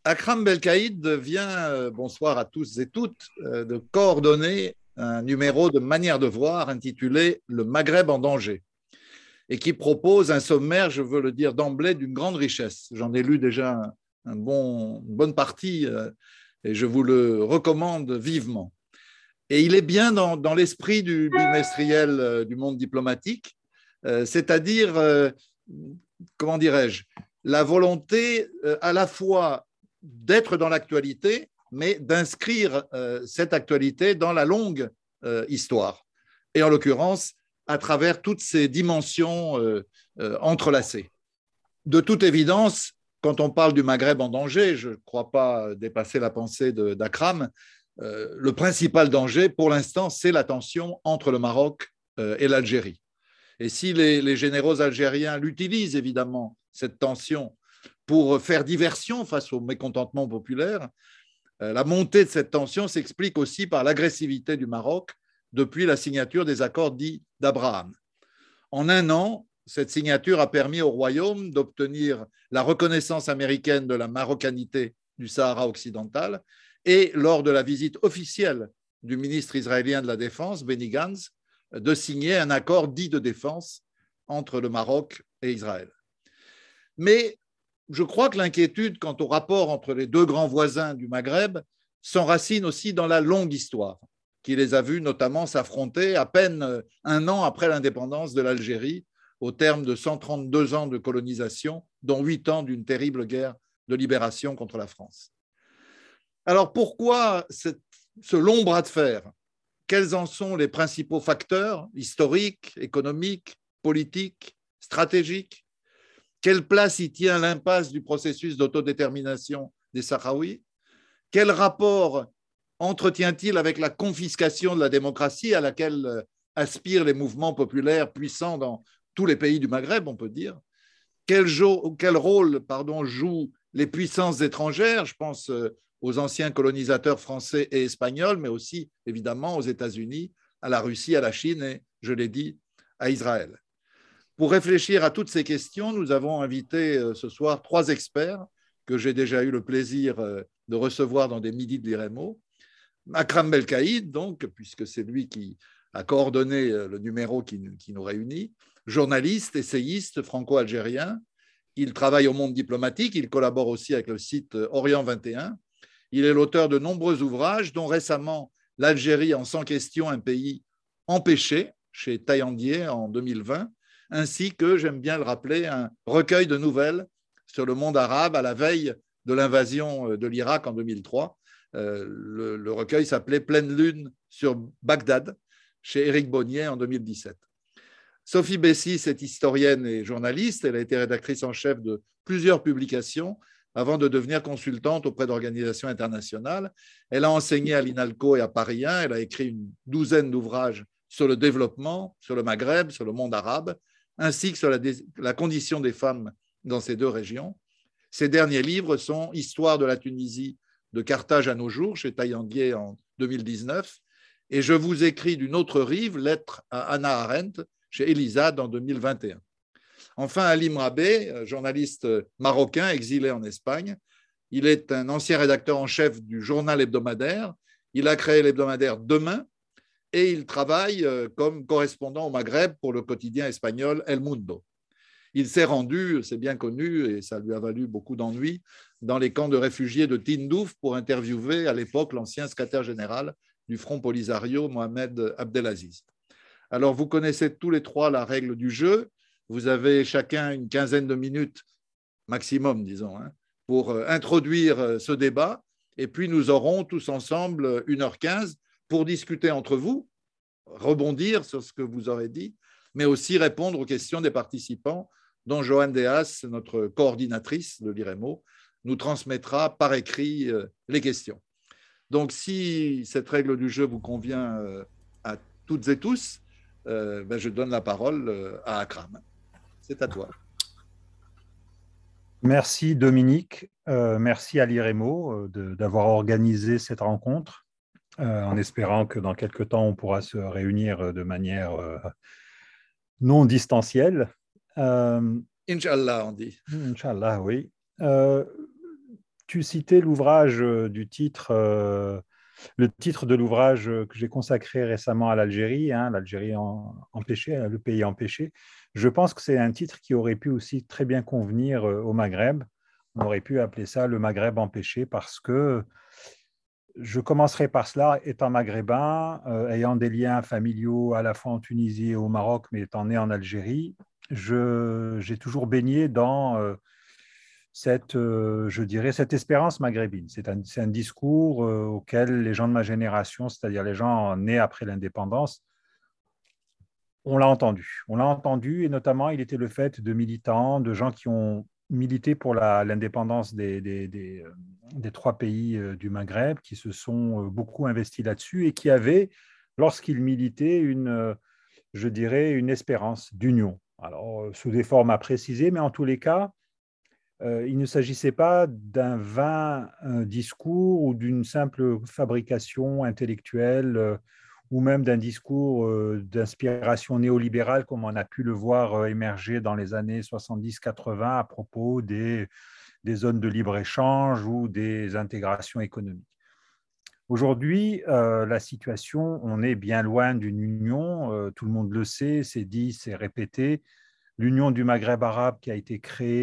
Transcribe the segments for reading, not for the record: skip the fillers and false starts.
Akram Belkaïd vient, bonsoir à tous et toutes, de coordonner un numéro de Manière de voir intitulé Le Maghreb en danger et qui propose un sommaire, je veux le dire d'emblée, d'une grande richesse. J'en ai lu déjà une bonne partie et je vous le recommande vivement. Et il est bien dans l'esprit du bimestriel du monde diplomatique, c'est-à-dire, comment dirais-je, la volonté à la fois d'être dans l'actualité, mais d'inscrire cette actualité dans la longue histoire. Et en l'occurrence, à travers toutes ces dimensions entrelacées. De toute évidence, quand on parle du Maghreb en danger, je ne crois pas dépasser la pensée d'Akram, le principal danger, pour l'instant, c'est la tension entre le Maroc et l'Algérie. Et si les généraux algériens l'utilisent, évidemment, cette tension, pour faire diversion face au mécontentement populaire, la montée de cette tension s'explique aussi par l'agressivité du Maroc depuis la signature des accords dits d'Abraham. En un an, cette signature a permis au Royaume d'obtenir la reconnaissance américaine de la marocanité du Sahara occidental et, lors de la visite officielle du ministre israélien de la Défense, Benny Gantz, de signer un accord dit de défense entre le Maroc et Israël. Mais je crois que l'inquiétude quant au rapport entre les deux grands voisins du Maghreb s'enracine aussi dans la longue histoire qui les a vus notamment s'affronter à peine un an après l'indépendance de l'Algérie, au terme de 132 ans de colonisation, dont 8 ans d'une terrible guerre de libération contre la France. Alors pourquoi ce long bras de fer? Quels en sont les principaux facteurs historiques, économiques, politiques, stratégiques? Quelle place y tient l'impasse du processus d'autodétermination des Sahraouis? Quel rapport entretient-il avec la confiscation de la démocratie à laquelle aspirent les mouvements populaires puissants dans tous les pays du Maghreb, on peut dire? Quel rôle jouent les puissances étrangères? Je pense aux anciens colonisateurs français et espagnols, mais aussi évidemment aux États-Unis, à la Russie, à la Chine et, je l'ai dit, à Israël. Pour réfléchir à toutes ces questions, nous avons invité ce soir 3 experts que j'ai déjà eu le plaisir de recevoir dans des midis de l'IREMO. Akram Belkaïd, donc, puisque c'est lui qui a coordonné le numéro qui nous réunit, journaliste, essayiste franco-algérien. Il travaille au monde diplomatique, il collabore aussi avec le site Orient 21. Il est l'auteur de nombreux ouvrages, dont récemment l'Algérie en 100 questions, un pays empêché, chez Taillandier en 2020, ainsi que, j'aime bien le rappeler, un recueil de nouvelles sur le monde arabe à la veille de l'invasion de l'Irak en 2003. Le recueil s'appelait Pleine lune sur Bagdad, chez Éric Bonnier en 2017. Sophie Bessis est historienne et journaliste. Elle a été rédactrice en chef de plusieurs publications avant de devenir consultante auprès d'organisations internationales. Elle a enseigné à l'INALCO et à Paris 1. Elle a écrit une douzaine d'ouvrages sur le développement, sur le Maghreb, sur le monde arabe, ainsi que sur la condition des femmes dans ces deux régions. Ses derniers livres sont Histoire de la Tunisie, de Carthage à nos jours, chez Taillandier en 2019, et Je vous écris d'une autre rive, Lettre à Hannah Arendt, chez Elisade en 2021. Enfin, Halim Rabeh, journaliste marocain exilé en Espagne. Il est un ancien rédacteur en chef du journal hebdomadaire. Il a créé l'hebdomadaire Demain et il travaille comme correspondant au Maghreb pour le quotidien espagnol El Mundo. Il s'est rendu, c'est bien connu, et ça lui a valu beaucoup d'ennuis, dans les camps de réfugiés de Tindouf pour interviewer à l'époque l'ancien secrétaire général du Front Polisario, Mohamed Abdelaziz. Alors, vous connaissez tous les 3 la règle du jeu. Vous avez chacun une quinzaine de minutes, maximum, disons, pour introduire ce débat. Et puis, nous aurons tous ensemble 1h15 pour discuter entre vous, rebondir sur ce que vous aurez dit, mais aussi répondre aux questions des participants, dont Joanne Deas, notre coordinatrice de l'IREMO, nous transmettra par écrit les questions. Donc, si cette règle du jeu vous convient à toutes et tous, je donne la parole à Akram. C'est à toi. Merci Dominique, merci à l'IREMO d'avoir organisé cette rencontre, en espérant que dans quelques temps on pourra se réunir de manière non distancielle. Inch'Allah, on dit. Inch'Allah, oui. tu citais l'ouvrage du titre, le titre de l'ouvrage que j'ai consacré récemment à l'Algérie, hein, l'Algérie empêchée, le pays empêché. Je pense que c'est un titre qui aurait pu aussi très bien convenir au Maghreb. On aurait pu appeler ça le Maghreb empêché parce que je commencerai par cela, étant maghrébin, ayant des liens familiaux à la fois en Tunisie et au Maroc, mais étant né en Algérie, j'ai toujours baigné dans je dirais, cette espérance maghrébine. C'est un discours auquel les gens de ma génération, c'est-à-dire les gens nés après l'indépendance, on l'a entendu. On l'a entendu et notamment, il était le fait de militants, de gens qui ont milité pour l'indépendance des trois pays du Maghreb, qui se sont beaucoup investis là-dessus et qui avaient, lorsqu'ils militaient, je dirais, une espérance d'union. Alors, sous des formes à préciser, mais en tous les cas, il ne s'agissait pas d'un vain discours ou d'une simple fabrication intellectuelle ou même d'un discours d'inspiration néolibérale comme on a pu le voir émerger dans les années 70-80 à propos des zones de libre-échange ou des intégrations économiques. Aujourd'hui, la situation, on est bien loin d'une union, tout le monde le sait, c'est dit, c'est répété. L'Union du Maghreb arabe qui a été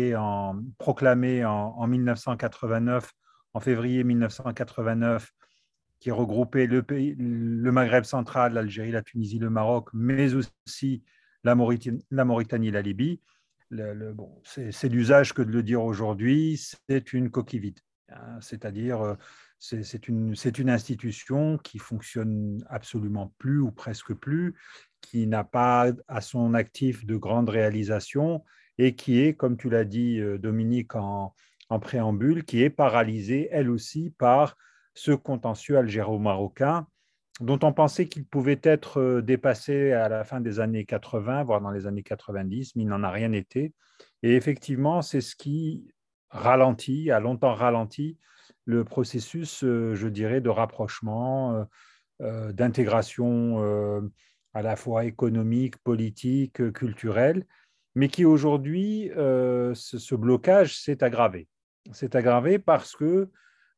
proclamée en 1989, en février 1989, qui regroupait le Maghreb central, l'Algérie, la Tunisie, le Maroc, mais aussi la Mauritanie et la Libye. C'est l'usage que de le dire aujourd'hui, c'est une coquille vide. C'est-à-dire, c'est une institution qui fonctionne absolument plus ou presque plus, qui n'a pas à son actif de grandes réalisations et qui est, comme tu l'as dit, Dominique, en préambule, qui est paralysée, elle aussi, par ce contentieux algéro-marocain dont on pensait qu'il pouvait être dépassé à la fin des années 80, voire dans les années 90, mais il n'en a rien été. Et effectivement, c'est ce qui ralentit, a longtemps ralenti le processus, je dirais, de rapprochement, d'intégration à la fois économique, politique, culturelle, mais qui aujourd'hui, ce blocage s'est aggravé. C'est aggravé parce que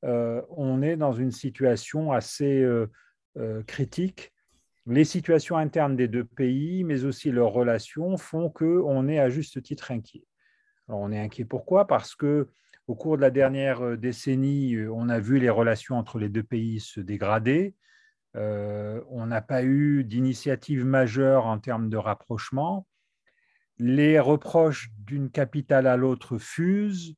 on est dans une situation assez critique. Les situations internes des deux pays, mais aussi leurs relations, font qu'on est à juste titre inquiet. Alors, on est inquiet pourquoi? Parce que au cours de la dernière décennie, on a vu les relations entre les deux pays se dégrader. On n'a pas eu d'initiative majeure en termes de rapprochement. Les reproches d'une capitale à l'autre fusent.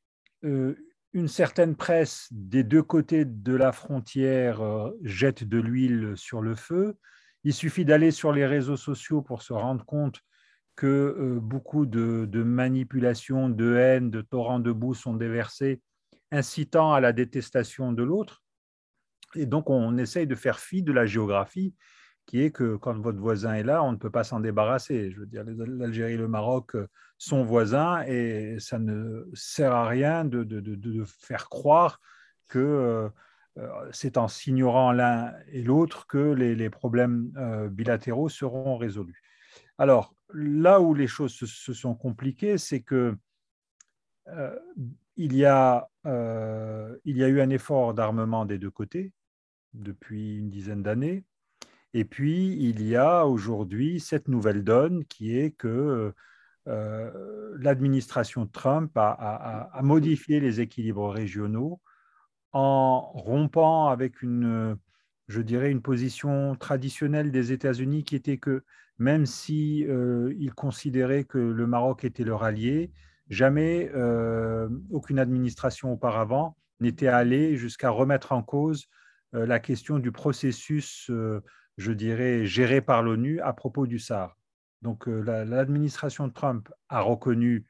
Une certaine presse des deux côtés de la frontière jette de l'huile sur le feu. Il suffit d'aller sur les réseaux sociaux pour se rendre compte que beaucoup de manipulations, de haine, de torrents de boue sont déversés, incitant à la détestation de l'autre. Et donc, on essaye de faire fi de la géographie, qui est que quand votre voisin est là, on ne peut pas s'en débarrasser. Je veux dire, l'Algérie et le Maroc sont voisins et ça ne sert à rien de faire croire que c'est en s'ignorant l'un et l'autre que les problèmes bilatéraux seront résolus. Alors, là où les choses se sont compliquées, c'est que il y a eu un effort d'armement des deux côtés depuis une dizaine d'années. Et puis, il y a aujourd'hui cette nouvelle donne qui est que l'administration Trump a modifié les équilibres régionaux en rompant avec je dirais, une position traditionnelle des États-Unis qui était que même si ils considéraient que le Maroc était leur allié, jamais aucune administration auparavant n'était allée jusqu'à remettre en cause la question du processus, je dirais, géré par l'ONU à propos du Sahara. Donc l'administration de Trump a reconnu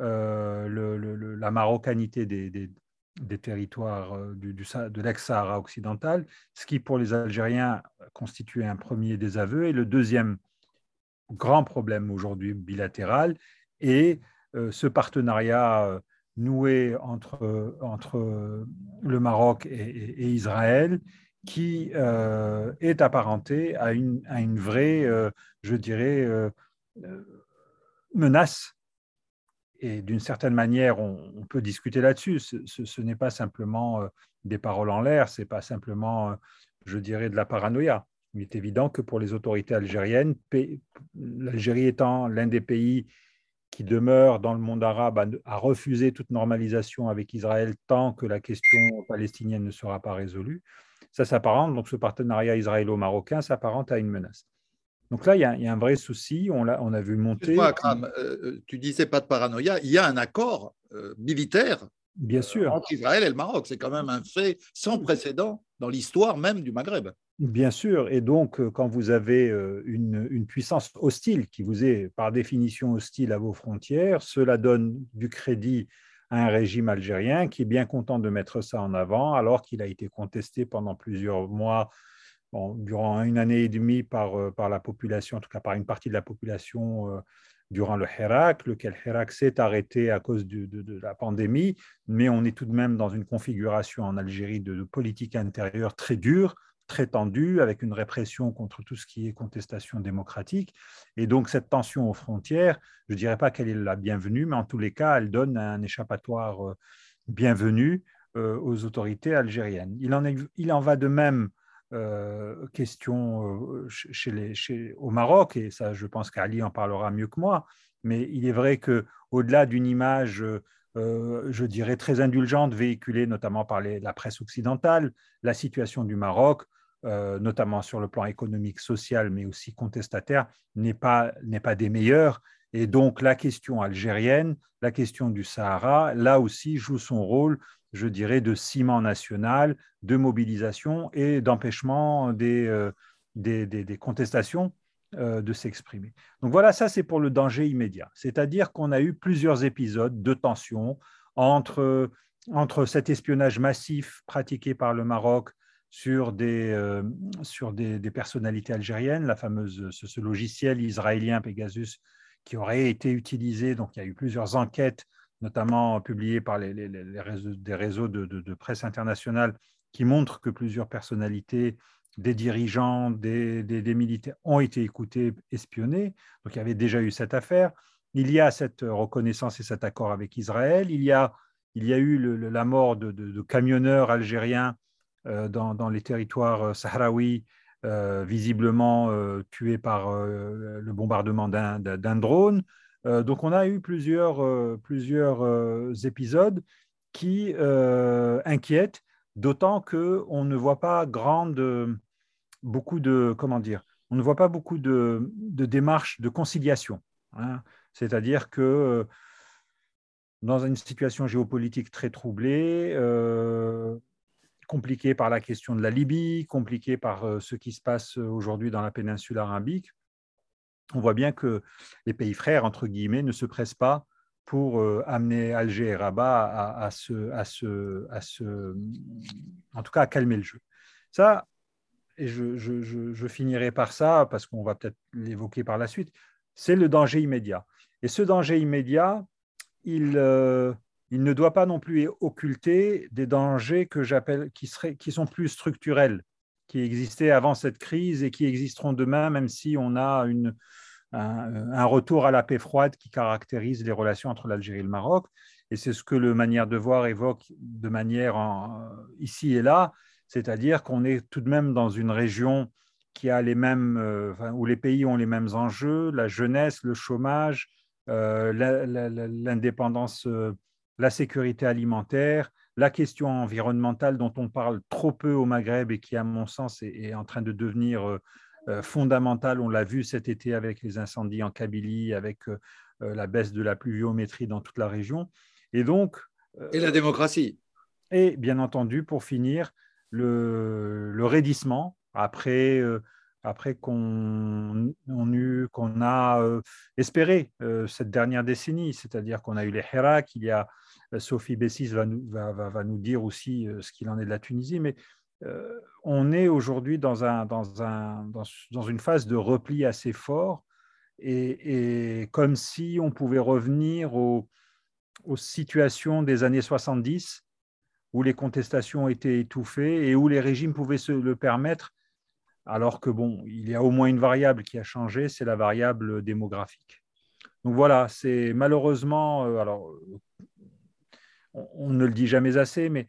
la marocanité des territoires de l'ex-Sahara occidental, ce qui pour les Algériens constituait un premier désaveu. Et le deuxième grand problème aujourd'hui bilatéral est ce partenariat noué entre le Maroc et Israël, qui est apparenté à une vraie, je dirais, menace. et d'une certaine manière, on peut discuter là-dessus. Ce n'est pas simplement des paroles en l'air, ce n'est pas simplement, je dirais, de la paranoïa. Il est évident que pour les autorités algériennes, l'Algérie étant l'un des pays qui demeure dans le monde arabe à refuser toute normalisation avec Israël tant que la question palestinienne ne sera pas résolue, ça s'apparente, donc ce partenariat israélo-marocain s'apparente à une menace. Donc là, il y a un vrai souci, on a vu monter. Excuse-moi, Akram, tu disais pas de paranoïa, il y a un accord militaire Bien sûr. entre Israël et le Maroc. C'est quand même un fait sans précédent dans l'histoire même du Maghreb. Bien sûr, et donc quand vous avez une puissance hostile qui vous est par définition hostile à vos frontières, cela donne du crédit à un régime algérien qui est bien content de mettre ça en avant alors qu'il a été contesté pendant plusieurs mois, durant une année et demie par la population, en tout cas par une partie de la population durant le Hirak, lequel Hirak s'est arrêté à cause de la pandémie, mais on est tout de même dans une configuration en Algérie de politique intérieure très dure, très tendue, avec une répression contre tout ce qui est contestation démocratique. Et donc, cette tension aux frontières, je ne dirais pas qu'elle est la bienvenue, mais en tous les cas, elle donne un échappatoire bienvenu aux autorités algériennes. Il en va de même question au Maroc, et ça, je pense qu'Ali en parlera mieux que moi, mais il est vrai qu'au-delà d'une image je dirais, très indulgente, véhiculée notamment par la presse occidentale, la situation du Maroc, notamment sur le plan économique, social, mais aussi contestataire, n'est pas des meilleures. Et donc, la question algérienne, la question du Sahara, là aussi, joue son rôle, je dirais, de ciment national, de mobilisation et d'empêchement des contestations de s'exprimer. Donc voilà, ça c'est pour le danger immédiat. C'est-à-dire qu'on a eu plusieurs épisodes de tension entre cet espionnage massif pratiqué par le Maroc sur des personnalités algériennes, ce logiciel israélien Pegasus qui aurait été utilisé. Donc il y a eu plusieurs enquêtes, notamment publiées par des réseaux de presse internationale, qui montrent que plusieurs personnalités, des dirigeants, des militaires ont été écoutés, espionnés. Donc il y avait déjà eu cette affaire. Il y a cette reconnaissance et cet accord avec Israël. Il y a eu la mort de camionneurs algériens dans les territoires sahraouis, visiblement tués par le bombardement d'un drone. Donc on a eu plusieurs épisodes qui inquiètent, d'autant qu'on ne voit pas on ne voit pas beaucoup de démarches de conciliation. Hein. C'est-à-dire que dans une situation géopolitique très troublée, compliquée par la question de la Libye, compliquée par ce qui se passe aujourd'hui dans la péninsule arabique, on voit bien que les pays frères, entre guillemets, ne se pressent pas pour amener Alger et Rabat en tout cas à calmer le jeu. Ça, et je finirai par ça, parce qu'on va peut-être l'évoquer par la suite, c'est le danger immédiat. Et ce danger immédiat, il ne doit pas non plus occulter des dangers qui sont plus structurels, qui existaient avant cette crise et qui existeront demain, même si on a un retour à la paix froide qui caractérise les relations entre l'Algérie et le Maroc. Et c'est ce que le Manière de voir évoque de manière ici et là, c'est-à-dire qu'on est tout de même dans une région qui a où les pays ont les mêmes enjeux, la jeunesse, le chômage, l'indépendance, la sécurité alimentaire, la question environnementale dont on parle trop peu au Maghreb et qui, à mon sens, est en train de devenir fondamentale. On l'a vu cet été avec les incendies en Kabylie, avec la baisse de la pluviométrie dans toute la région. Et donc, et la démocratie. Et bien entendu, pour finir, le raidissement après qu'on a espéré cette dernière décennie, c'est-à-dire qu'on a eu les Hirak, il y a Sophie Bessis va nous dire aussi ce qu'il en est de la Tunisie, mais on est aujourd'hui dans une phase de repli assez fort et comme si on pouvait revenir aux situations des années 70 où les contestations étaient étouffées et où les régimes pouvaient se le permettre, alors que bon, il y a au moins une variable qui a changé, c'est la variable démographique. Donc voilà, c'est malheureusement, alors on ne le dit jamais assez, mais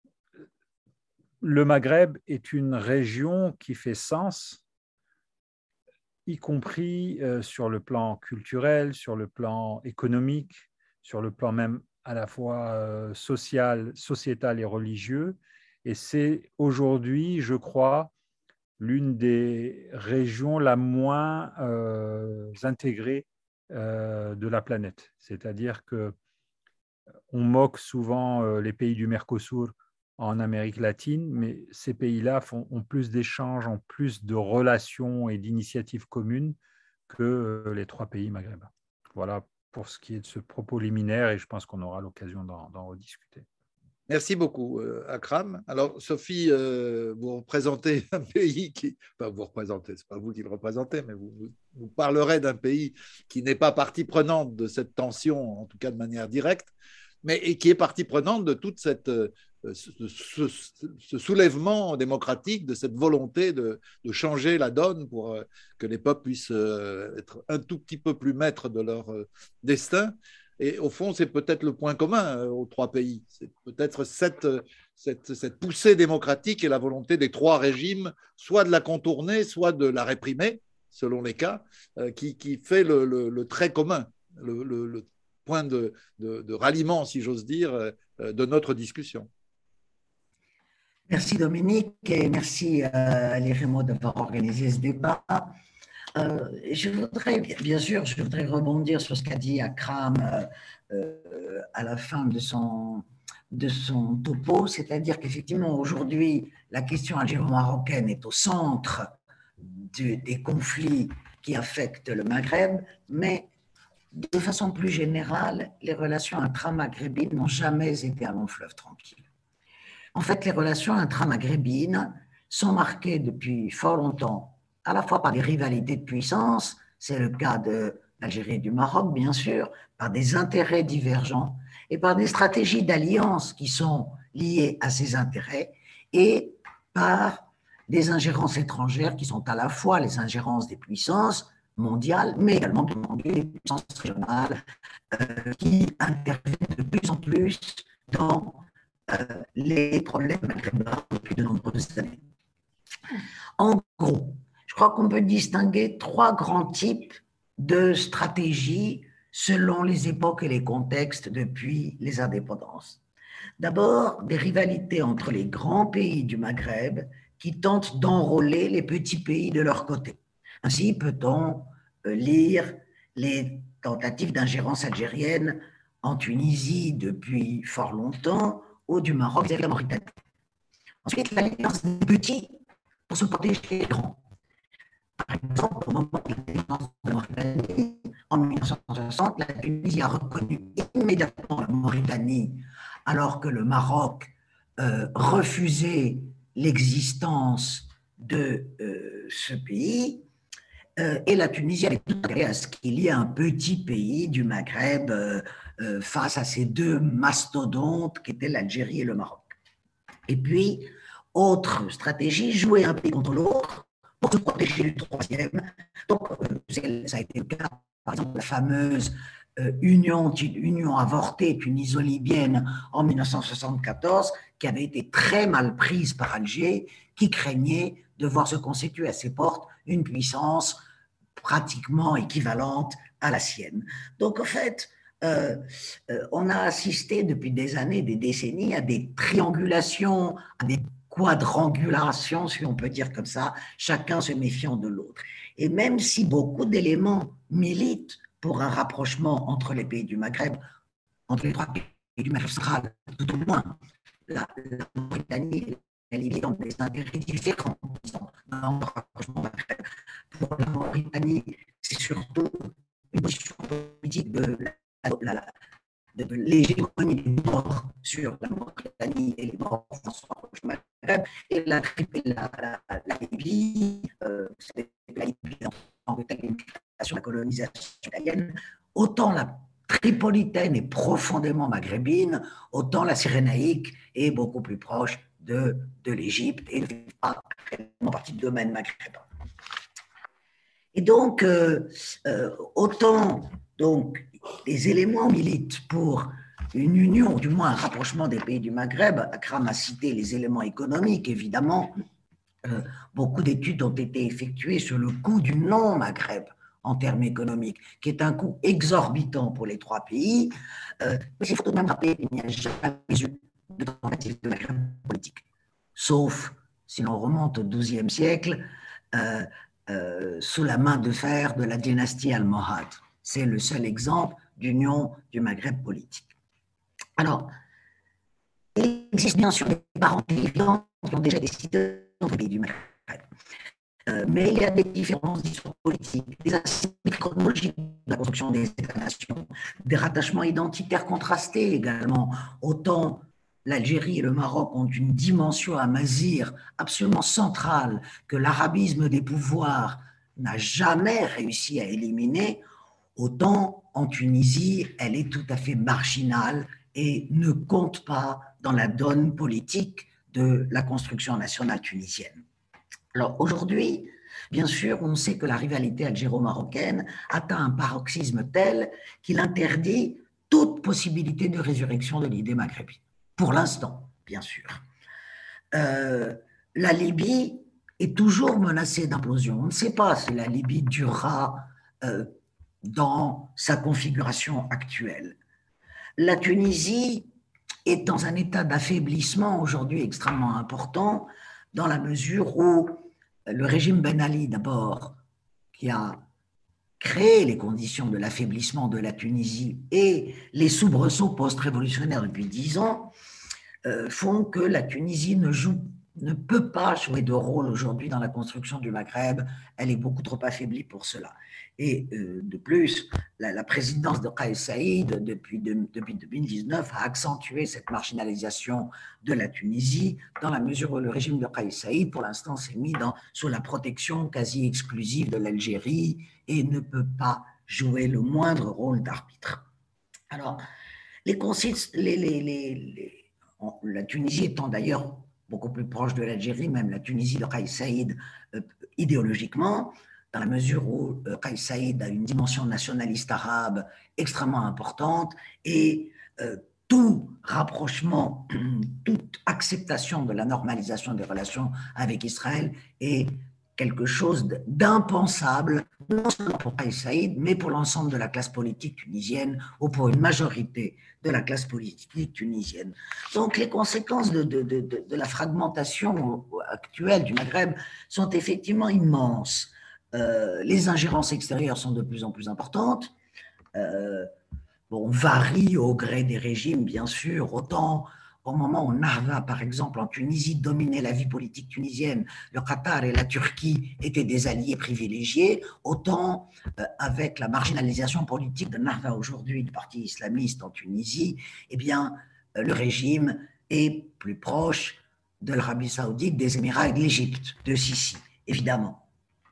le Maghreb est une région qui fait sens, y compris sur le plan culturel, sur le plan économique, sur le plan même à la fois social, sociétal et religieux. Et c'est aujourd'hui, je crois, l'une des régions la moins intégrée de la planète. C'est-à-dire que on moque souvent les pays du Mercosur en Amérique latine, mais ces pays-là ont plus d'échanges, ont plus de relations et d'initiatives communes que les trois pays maghrébins. Voilà pour ce qui est de ce propos liminaire, et je pense qu'on aura l'occasion d'en rediscuter. Merci beaucoup, Akram. Alors, Sophie, vous représentez un pays qui, enfin, vous représentez, c'est pas vous qui le représentez, mais vous parlerez d'un pays qui n'est pas partie prenante de cette tension, en tout cas de manière directe, mais et qui est partie prenante de toute cette ce soulèvement démocratique, de cette volonté de changer la donne pour que les peuples puissent être un tout petit peu plus maîtres de leur destin. Et au fond, c'est peut-être le point commun aux trois pays. C'est peut-être cette poussée démocratique et la volonté des trois régimes, soit de la contourner, soit de la réprimer, selon les cas, qui fait le trait commun, le point de ralliement, si j'ose dire, de notre discussion. Merci Dominique et merci à l'IREMO d'avoir organisé ce débat. Je voudrais, bien sûr, je voudrais rebondir sur ce qu'a dit Akram à la fin de son topo, c'est-à-dire qu'effectivement, aujourd'hui, la question algéro-marocaine est au centre des conflits qui affectent le Maghreb, mais de façon plus générale, les relations intra-maghrébines n'ont jamais été un long fleuve tranquille. En fait, les relations intra-maghrébines sont marquées depuis fort longtemps, à la fois par des rivalités de puissance, c'est le cas de l'Algérie et du Maroc, bien sûr, par des intérêts divergents et par des stratégies d'alliance qui sont liées à ces intérêts et par des ingérences étrangères qui sont à la fois les ingérences des puissances mondiales, mais également des puissances régionales qui interviennent de plus en plus dans les problèmes maghrébins depuis de nombreuses années. En gros, je crois qu'on peut distinguer trois grands types de stratégies selon les époques et les contextes depuis les indépendances. D'abord, des rivalités entre les grands pays du Maghreb qui tentent d'enrôler les petits pays de leur côté. Ainsi peut-on lire les tentatives d'ingérence algérienne en Tunisie depuis fort longtemps, ou du Maroc vis-à-vis de la Mauritanie. Ensuite, l'alliance des petits pour se protéger des grands. Par exemple, au moment de l'indépendance de la Mauritanie, en 1960, la Tunisie a reconnu immédiatement la Mauritanie, alors que le Maroc refusait l'existence de ce pays. Et la Tunisie avait tout intérêt à ce qu'il y ait un petit pays du Maghreb face à ces deux mastodontes qui étaient l'Algérie et le Maroc. Et puis, autre stratégie, jouer un pays contre l'autre pour se protéger du troisième. Donc, ça a été le cas, par exemple, la fameuse union avortée tuniso-libyenne en 1974, qui avait été très mal prise par Alger, qui craignait de voir se constituer à ses portes une puissance pratiquement équivalente à la sienne. Donc, en fait, on a assisté depuis des années, des décennies, à des triangulations, à des quadrangulations, si on peut dire comme ça, chacun se méfiant de l'autre. Et même si beaucoup d'éléments militent pour un rapprochement entre les pays du Maghreb, entre les trois pays du Maghreb central, tout au moins, la Mauritanie et la Libye ont des intérêts différents dans le rapprochement Maghreb. Pour la Mauritanie, c'est surtout une position politique de l'hégémonie du Nord sur la Mauritanie et les Maroc du Maghreb, et la Libye, la Libye en sur la colonisation italienne, autant la tripolitaine est profondément maghrébine, autant la cyrénaïque est beaucoup plus proche de l'Égypte et ne fait pas réellement partie du domaine maghrébin. Et donc, autant Donc, les éléments militent pour une union, du moins un rapprochement des pays du Maghreb. Akram a cité les éléments économiques, évidemment. Beaucoup d'études ont été effectuées sur le coût du non-Maghreb en termes économiques, qui est un coût exorbitant pour les trois pays. Mais il faut tout de même rappeler qu'il n'y a jamais eu de tentative de Maghreb politique, sauf si l'on remonte au XIIe siècle, sous la main de fer de la dynastie almohade. C'est le seul exemple d'union du Maghreb politique. Alors, il existe bien sûr des parents évidents qui ont déjà décidé dans les pays du Maghreb. Mais il y a des différences d'histoire politique, des aspects chronologiques de la construction des États-nations, des rattachements identitaires contrastés également. Autant l'Algérie et le Maroc ont une dimension amazigh absolument centrale que l'arabisme des pouvoirs n'a jamais réussi à éliminer, autant en Tunisie, elle est tout à fait marginale et ne compte pas dans la donne politique de la construction nationale tunisienne. Alors aujourd'hui, bien sûr, on sait que la rivalité algéro-marocaine atteint un paroxysme tel qu'il interdit toute possibilité de résurrection de l'idée maghrébine. Pour l'instant, bien sûr. La Libye est toujours menacée d'implosion. On ne sait pas si la Libye durera dans sa configuration actuelle. La Tunisie est dans un état d'affaiblissement aujourd'hui extrêmement important, dans la mesure où le régime Ben Ali, d'abord, qui a créé les conditions de l'affaiblissement de la Tunisie et les soubresauts post-révolutionnaires depuis 10 ans, font que la Tunisie ne peut pas jouer de rôle aujourd'hui dans la construction du Maghreb. Elle est beaucoup trop affaiblie pour cela. Et de plus, la présidence de Kais Saïd, depuis 2019, a accentué cette marginalisation de la Tunisie, dans la mesure où le régime de Kais Saïd, pour l'instant, s'est mis sous la protection quasi exclusive de l'Algérie et ne peut pas jouer le moindre rôle d'arbitre. Alors, la Tunisie étant d'ailleurs beaucoup plus proche de l'Algérie, même la Tunisie de Kais Saïd, idéologiquement, dans la mesure où Kais Saïd a une dimension nationaliste arabe extrêmement importante et tout rapprochement, toute acceptation de la normalisation des relations avec Israël est quelque chose d'impensable, non seulement pour Kais Saïd, mais pour l'ensemble de la classe politique tunisienne ou pour une majorité de la classe politique tunisienne. Donc les conséquences de la fragmentation actuelle du Maghreb sont effectivement immenses. Les ingérences extérieures sont de plus en plus importantes. On varie au gré des régimes, bien sûr, autant au moment où Nahda, par exemple, en Tunisie, dominait la vie politique tunisienne, le Qatar et la Turquie étaient des alliés privilégiés, autant avec la marginalisation politique de Nahda aujourd'hui, du parti islamiste en Tunisie, eh bien, le régime est plus proche de l'Arabie saoudite, des Émirats et de l'Égypte, de Sisi, évidemment.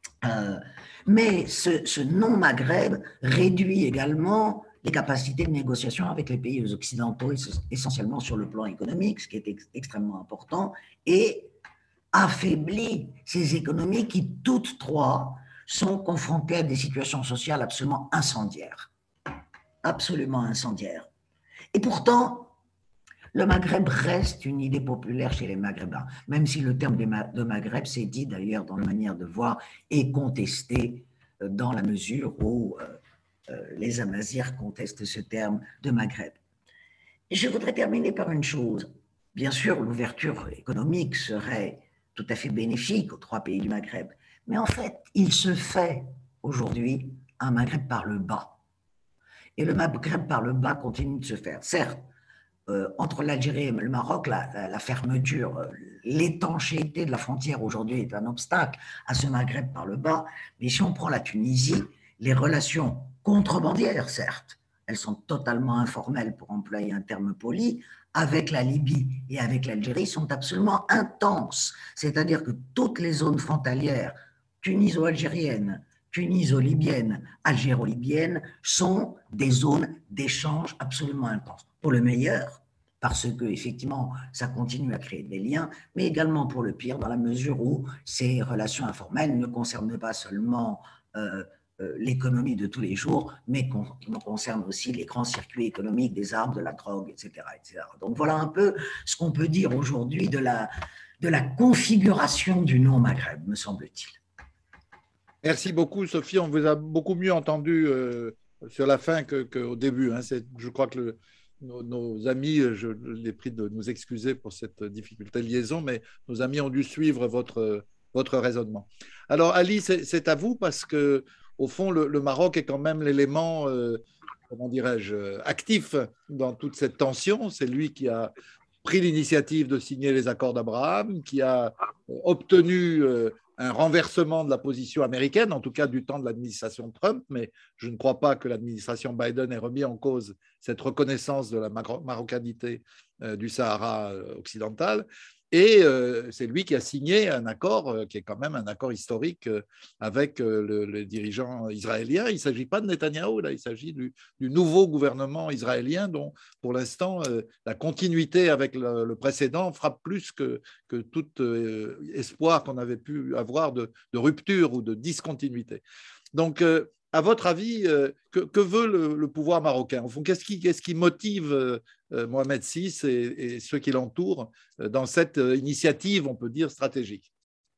Mais ce non-Maghreb réduit également les capacités de négociation avec les pays occidentaux, essentiellement sur le plan économique, ce qui est extrêmement important, et affaiblit ces économies qui, toutes trois, sont confrontées à des situations sociales absolument incendiaires. Absolument incendiaires. Et pourtant, le Maghreb reste une idée populaire chez les Maghrébins, même si le terme de Maghreb, c'est dit d'ailleurs dans la manière de voir, est contesté dans la mesure où les Amazirs contestent ce terme de Maghreb. Et je voudrais terminer par une chose. Bien sûr, l'ouverture économique serait tout à fait bénéfique aux trois pays du Maghreb, mais en fait, il se fait aujourd'hui un Maghreb par le bas. Et le Maghreb par le bas continue de se faire. Certes, entre l'Algérie et le Maroc, la fermeture, l'étanchéité de la frontière aujourd'hui est un obstacle à ce Maghreb par le bas. Mais si on prend la Tunisie, les relations contrebandières, certes, elles sont totalement informelles, pour employer un terme poli, avec la Libye et avec l'Algérie sont absolument intenses. C'est-à-dire que toutes les zones frontalières tuniso-algériennes, tuniso-libyennes, algéro-libyennes sont des zones d'échange absolument intenses. Pour le meilleur, parce que effectivement, ça continue à créer des liens, mais également pour le pire, dans la mesure où ces relations informelles ne concernent pas seulement l'économie de tous les jours, mais qui concerne aussi les grands circuits économiques des armes, de la drogue, etc., etc. Donc voilà un peu ce qu'on peut dire aujourd'hui de la configuration du non-Maghreb, me semble-t-il. Merci beaucoup, Sophie. On vous a beaucoup mieux entendu sur la fin qu'au début. Hein. Je crois que nos amis, je les prie de nous excuser pour cette difficulté de liaison, mais nos amis ont dû suivre votre raisonnement. Alors, Ali, c'est à vous parce que, au fond, le Maroc est quand même l'élément, comment dirais-je, actif dans toute cette tension. C'est lui qui a pris l'initiative de signer les accords d'Abraham, qui a obtenu un renversement de la position américaine, en tout cas du temps de l'administration Trump, mais je ne crois pas que l'administration Biden ait remis en cause cette reconnaissance de la marocanité du Sahara occidental. Et c'est lui qui a signé un accord qui est quand même un accord historique avec le dirigeant israélien. Il ne s'agit pas de Netanyahou, là, il s'agit du nouveau gouvernement israélien dont, pour l'instant, la continuité avec le précédent frappe plus que tout espoir qu'on avait pu avoir de rupture ou de discontinuité. Donc, à votre avis, que veut le pouvoir marocain? Au fond, qu'est-ce qui motive Mohamed VI et ceux qui l'entourent dans cette initiative, on peut dire, stratégique?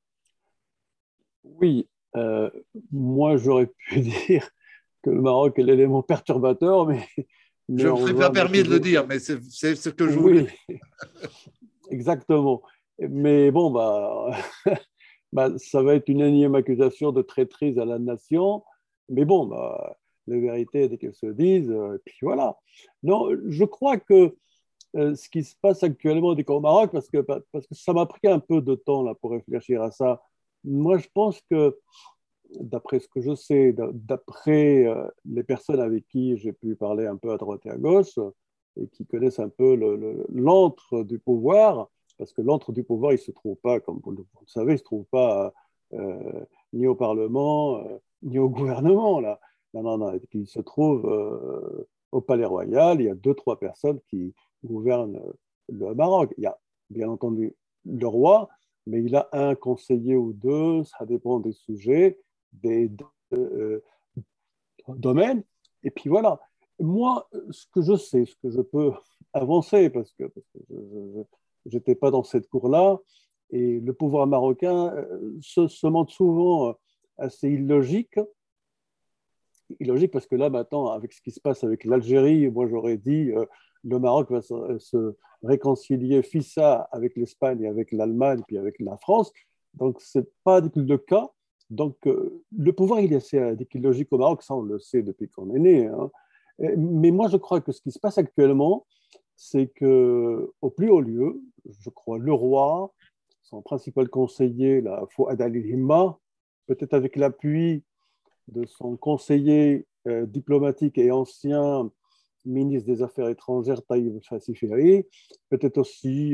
Oui, moi j'aurais pu dire que le Maroc est l'élément perturbateur, mais je ne me serais pas permis de le dire, mais c'est ce que je voulais. Oui, exactement. Mais bon, ça va être une énième accusation de traîtrise à la nation. Mais bon, la vérité, dès qu'elles se disent, puis voilà. Non, je crois que ce qui se passe actuellement au Maroc, parce que ça m'a pris un peu de temps là, pour réfléchir à ça. Moi, je pense que, d'après ce que je sais, d'après les personnes avec qui j'ai pu parler un peu à droite et à gauche, et qui connaissent un peu l'antre du pouvoir, parce que l'antre du pouvoir, il ne se trouve pas, comme vous le savez, il ne se trouve pas ni au Parlement, ni au gouvernement, là. Non, il se trouve au Palais Royal. Il y a 2-3 personnes qui gouvernent le Maroc. Il y a bien entendu le roi, mais il a un conseiller ou deux, ça dépend des sujets, des domaines. Et puis voilà. Moi, ce que je sais, ce que je peux avancer, parce que je n'étais pas dans cette cour-là, et le pouvoir marocain se montre souvent assez illogique parce que là, maintenant, avec ce qui se passe avec l'Algérie, moi j'aurais dit le Maroc va se réconcilier FISA avec l'Espagne, avec l'Allemagne, puis avec la France. Donc, ce n'est pas le cas. Donc, le pouvoir, il est assez illogique au Maroc, ça on le sait depuis qu'on est né. Hein. Mais moi, je crois que ce qui se passe actuellement, c'est qu'au plus haut lieu, je crois, le roi, son principal conseiller, la Fouad al-Himma, peut-être avec l'appui de son conseiller diplomatique et ancien ministre des Affaires étrangères, Taïb Fassiferi, peut-être aussi,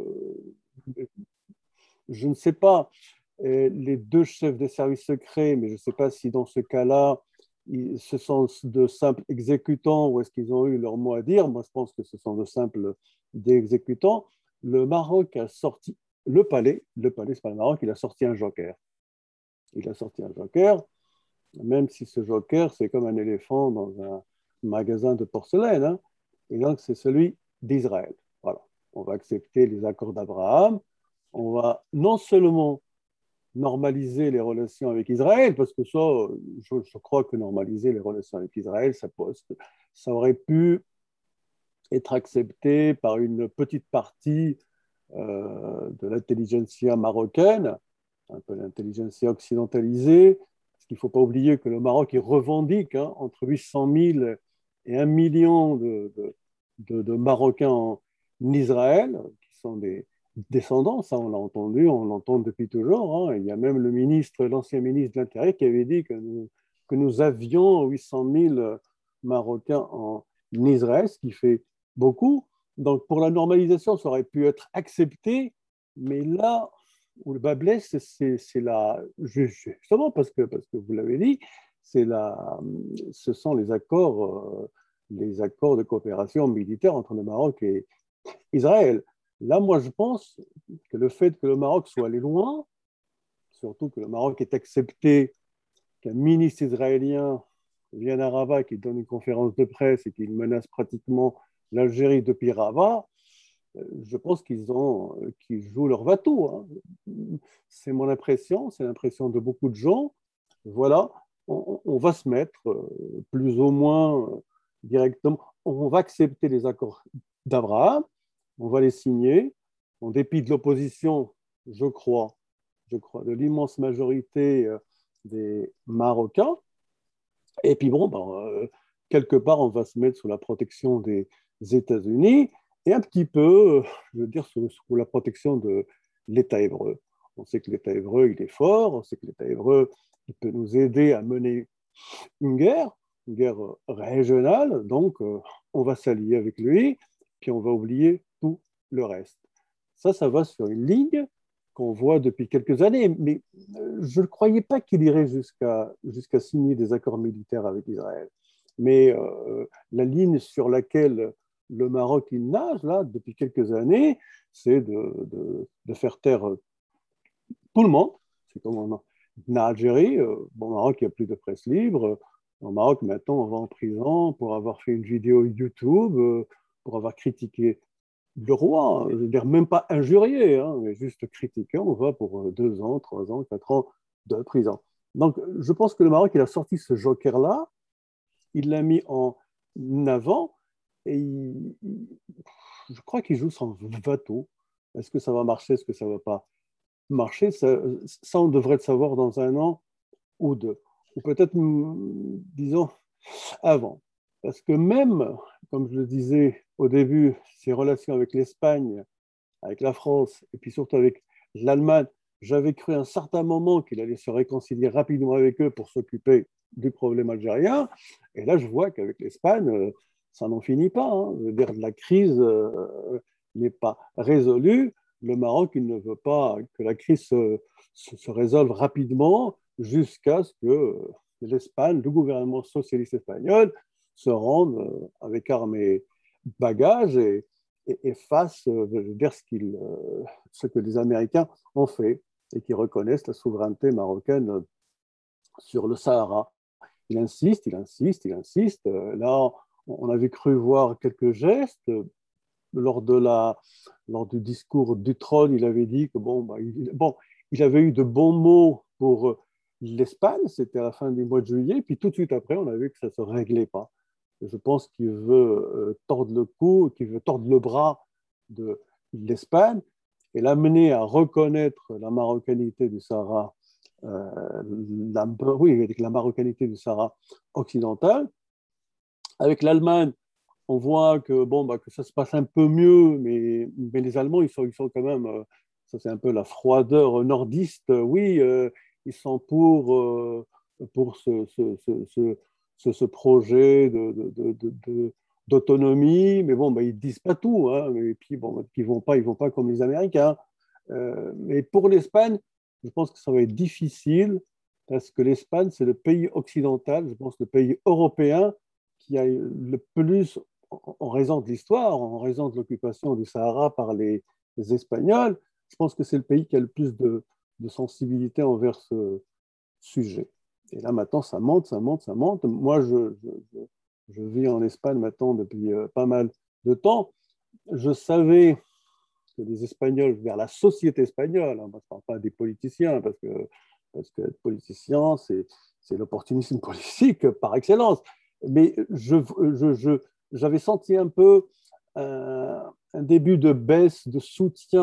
je ne sais pas, les 2 chefs des services secrets, mais je ne sais pas si dans ce cas-là, ce sont de simples exécutants ou est-ce qu'ils ont eu leur mot à dire. Moi, je pense que ce sont de simples exécutants. Le Maroc a sorti, le palais, c'est pas le Maroc, il a sorti un joker. Il a sorti un joker, même si ce joker, c'est comme un éléphant dans un magasin de porcelaine. Hein. Et donc, c'est celui d'Israël. Voilà. On va accepter les accords d'Abraham. On va non seulement normaliser les relations avec Israël, parce que ça, je crois que normaliser les relations avec Israël, ça aurait pu être accepté par une petite partie de l'intelligentsia marocaine, un peu l'intelligentsia occidentalisée, parce qu'il ne faut pas oublier que le Maroc il revendique entre 800 000 et 1 million de Marocains en Israël, qui sont des descendants, ça on l'a entendu, on l'entend depuis toujours. Hein. Il y a même l'ancien ministre de l'Intérieur qui avait dit que nous avions 800 000 Marocains en Israël, ce qui fait beaucoup. Donc pour la normalisation, ça aurait pu être accepté, mais là où le bas blesse, c'est justement parce que vous l'avez dit, ce sont les accords de coopération militaire entre le Maroc et Israël. Là, moi, je pense que le fait que le Maroc soit allé loin, surtout que le Maroc ait accepté qu'un ministre israélien vienne à Rabat, qui donne une conférence de presse et qui menace pratiquement l'Algérie depuis Rabat, je pense qu'ils jouent leur va-tout. Hein. C'est mon impression, c'est l'impression de beaucoup de gens. Voilà, on va se mettre plus ou moins directement, on va accepter les accords d'Abraham, on va les signer, en dépit de l'opposition, je crois, de l'immense majorité des Marocains. Et puis bon, quelque part, on va se mettre sous la protection des États-Unis et un petit peu, je veux dire, sous la protection de l'État hébreu. On sait que l'État hébreu, il est fort, on sait que l'État hébreu, il peut nous aider à mener une guerre régionale, donc on va s'allier avec lui, puis on va oublier tout le reste. Ça va sur une ligne qu'on voit depuis quelques années, mais je ne croyais pas qu'il irait jusqu'à signer des accords militaires avec Israël. Mais la ligne sur laquelle le Maroc il nage, là, depuis quelques années, c'est de faire taire tout le monde. C'est comme en Algérie, au Maroc, il n'y a plus de presse libre. Au Maroc, maintenant, on va en prison pour avoir fait une vidéo YouTube, pour avoir critiqué le roi, je veux dire même pas injurié, hein, mais juste critiqué, on va pour 2 ans, 3 ans, 4 ans de prison. Donc je pense que le Maroc, il a sorti ce joker-là, il l'a mis en avant, et je crois qu'il joue son bateau. Est-ce que ça va marcher, est-ce que ça ne va pas marcher, ça, on devrait le savoir dans 1 an ou 2, ou peut-être, disons, avant. Parce que même, comme je le disais au début, ses relations avec l'Espagne, avec la France, et puis surtout avec l'Allemagne, j'avais cru à un certain moment qu'il allait se réconcilier rapidement avec eux pour s'occuper du problème algérien. Et là, je vois qu'avec l'Espagne, ça n'en finit pas. Hein. Je veux dire, la crise n'est pas résolue. Le Maroc, il ne veut pas que la crise se résolve rapidement jusqu'à ce que l'Espagne, le gouvernement socialiste espagnol, se rende avec armes et bagages et fasse ce que les Américains ont fait et qui reconnaissent la souveraineté marocaine sur le Sahara. Il insiste, il insiste, il insiste. Là, on avait cru voir quelques gestes. Lors du discours du trône, il avait dit que il avait eu de bons mots pour l'Espagne, c'était à la fin du mois de juillet, puis tout de suite après, on a vu que ça ne se réglait pas. Je pense qu'il veut tordre le cou, qu'il veut tordre le bras de l'Espagne et l'amener à reconnaître la marocanité du Sahara, avec la marocanité du Sahara occidental. Avec l'Allemagne, on voit que ça se passe un peu mieux, mais les Allemands, ils sont quand même, ça c'est un peu la froideur nordiste, oui, ils sont pour ce projet d'autonomie, mais ils ne disent pas tout, hein, et puis ils vont pas comme les Américains. Mais pour l'Espagne, je pense que ça va être difficile, parce que l'Espagne, c'est le pays occidental, je pense le pays européen qui a le plus, en raison de l'histoire, en raison de l'occupation du Sahara par les Espagnols, je pense que c'est le pays qui a le plus de sensibilité envers ce sujet. Et là, maintenant, ça monte, ça monte, ça monte. Moi, je vis en Espagne maintenant depuis pas mal de temps. Je savais que les Espagnols, vers la société espagnole, hein, je ne parle pas des politiciens, parce que être politicien, c'est l'opportunisme politique par excellence. Mais j'avais senti un peu un début de baisse de soutien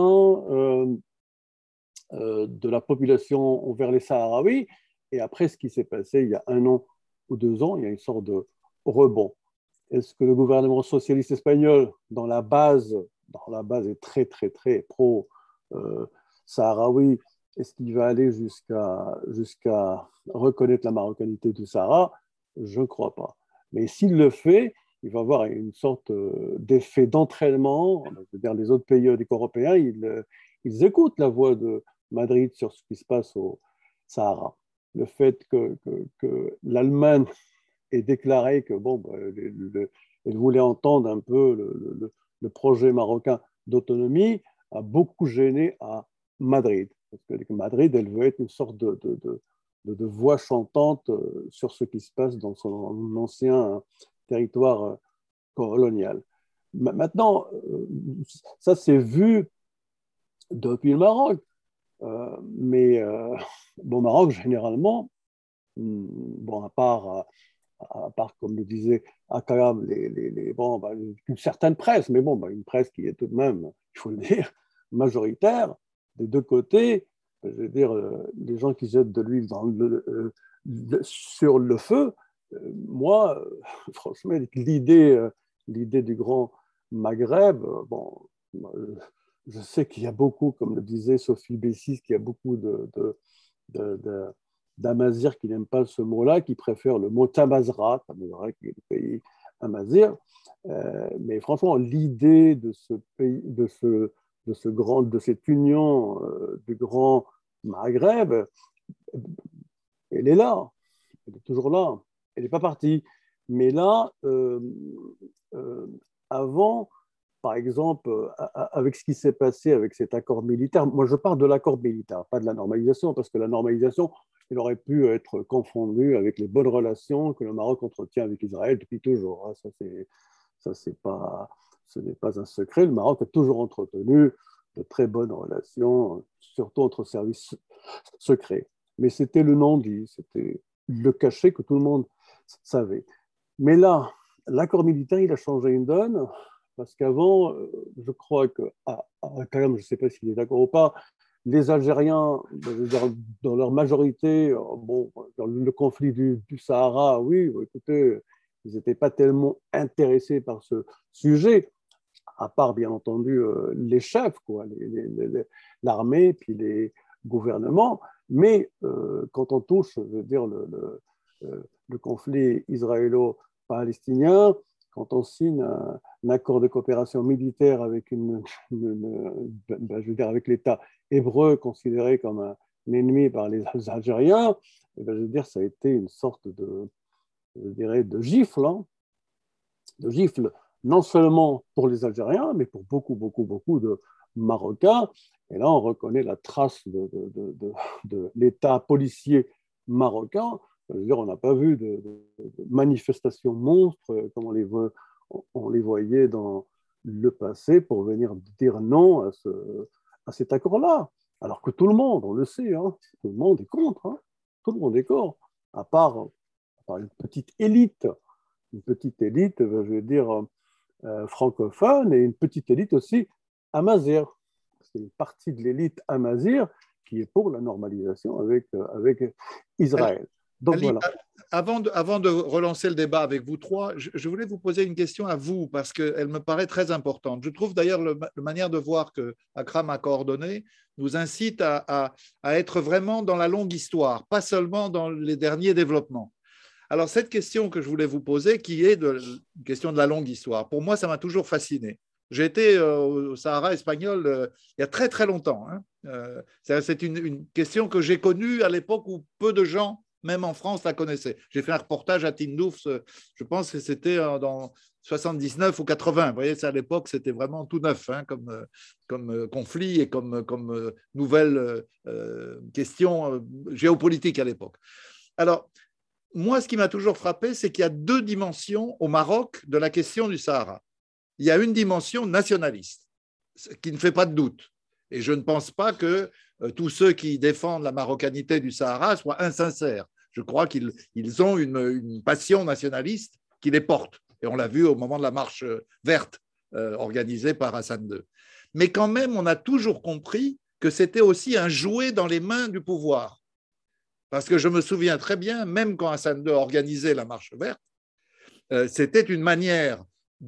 de la population envers les Sahraouis. Et après ce qui s'est passé il y a 1 an ou 2 ans, il y a une sorte de rebond. Est-ce que le gouvernement socialiste espagnol, dans la base est très, très, très pro-sahraoui, est-ce qu'il va aller jusqu'à reconnaître la marocanité du Sahara? Je ne crois pas. Mais s'il le fait, il va avoir une sorte d'effet d'entraînement. Je veux dire, les autres pays européens, ils écoutent la voix de Madrid sur ce qui se passe au Sahara. Le fait que l'Allemagne ait déclaré que elle voulait entendre un peu le projet marocain d'autonomie a beaucoup gêné à Madrid. Parce que Madrid, elle veut être une sorte de voix chantantes sur ce qui se passe dans son ancien territoire colonial. Maintenant, ça s'est vu depuis le Maroc. Mais bon, au Maroc, généralement, bon, à part, comme le disait Akram, bon, bah, une certaine presse, mais bon, bah, une presse qui est tout de même, il faut le dire, majoritaire, des deux côtés, je veux dire, les gens qui jettent de l'huile sur le feu, moi, franchement, l'idée du Grand Maghreb, bon, je sais qu'il y a beaucoup, comme le disait Sophie Bessis, qu'il y a beaucoup d'Amazirs qui n'aiment pas ce mot-là, qui préfèrent le mot Tamazra, qui est le pays amazir. Mais franchement, l'idée de ce pays, de cette union du Grand Maghreb, elle est là, elle est toujours là, elle n'est pas partie. Mais là, avant, par exemple, avec ce qui s'est passé avec cet accord militaire, moi je parle de l'accord militaire, pas de la normalisation, parce que la normalisation, il aurait pu être confondu avec les bonnes relations que le Maroc entretient avec Israël depuis toujours. Ce n'est pas un secret. Le Maroc a toujours entretenu de très bonnes relations, surtout entre services secrets. Mais c'était le non-dit, c'était le cachet que tout le monde savait. Mais là, l'accord militaire, il a changé une donne. Parce qu'avant, je crois que, quand même, je ne sais pas s'il est d'accord ou pas, les Algériens, dans leur majorité, bon, dans le conflit du Sahara, oui, écoutez, ils n'étaient pas tellement intéressés par ce sujet, à part, bien entendu, les chefs, quoi, l'armée, puis les gouvernements. Mais quand on touche, je veux dire, le conflit israélo-palestinien, quand on signe un accord de coopération militaire avec je veux dire, avec l'État hébreu considéré comme un ennemi par les Algériens, je veux dire, ça a été une sorte je dirais, de gifle, hein, de gifle, non seulement pour les Algériens, mais pour beaucoup, beaucoup, beaucoup de Marocains. Et là, on reconnaît la trace de l'État policier marocain. Je veux dire, on n'a pas vu de manifestations monstres comme on les voyait dans le passé pour venir dire non à cet accord-là. Alors que tout le monde, on le sait, hein, tout le monde est contre. Hein, tout le monde est contre, à part une petite élite, je veux dire, francophone et une petite élite aussi amazigh. C'est une partie de l'élite amazigh qui est pour la normalisation avec Israël. Donc, Ali, voilà. Avant de relancer le débat avec vous trois, je voulais vous poser une question à vous parce qu'elle me paraît très importante. Je trouve d'ailleurs la manière de voir que Akram a coordonné nous incite à être vraiment dans la longue histoire, pas seulement dans les derniers développements. Alors cette question que je voulais vous poser, qui est une question de la longue histoire, pour moi ça m'a toujours fasciné. J'ai été au Sahara espagnol il y a très très longtemps. Hein. C'est une question que j'ai connue à l'époque où peu de gens, même en France, la connaissaient. J'ai fait un reportage à Tindouf, je pense que c'était dans 79 ou 80. Vous voyez, à l'époque, c'était vraiment tout neuf hein, comme conflit et comme nouvelle question géopolitique à l'époque. Alors, moi, ce qui m'a toujours frappé, c'est qu'il y a deux dimensions au Maroc de la question du Sahara. Il y a une dimension nationaliste, qui ne fait pas de doute. Et je ne pense pas que tous ceux qui défendent la marocanité du Sahara soient insincères. Je crois qu'ils ont une passion nationaliste qui les porte. Et on l'a vu au moment de la marche verte organisée par Hassan II. Mais quand même, on a toujours compris que c'était aussi un jouet dans les mains du pouvoir. Parce que je me souviens très bien, même quand Hassan II organisait la marche verte, c'était une manière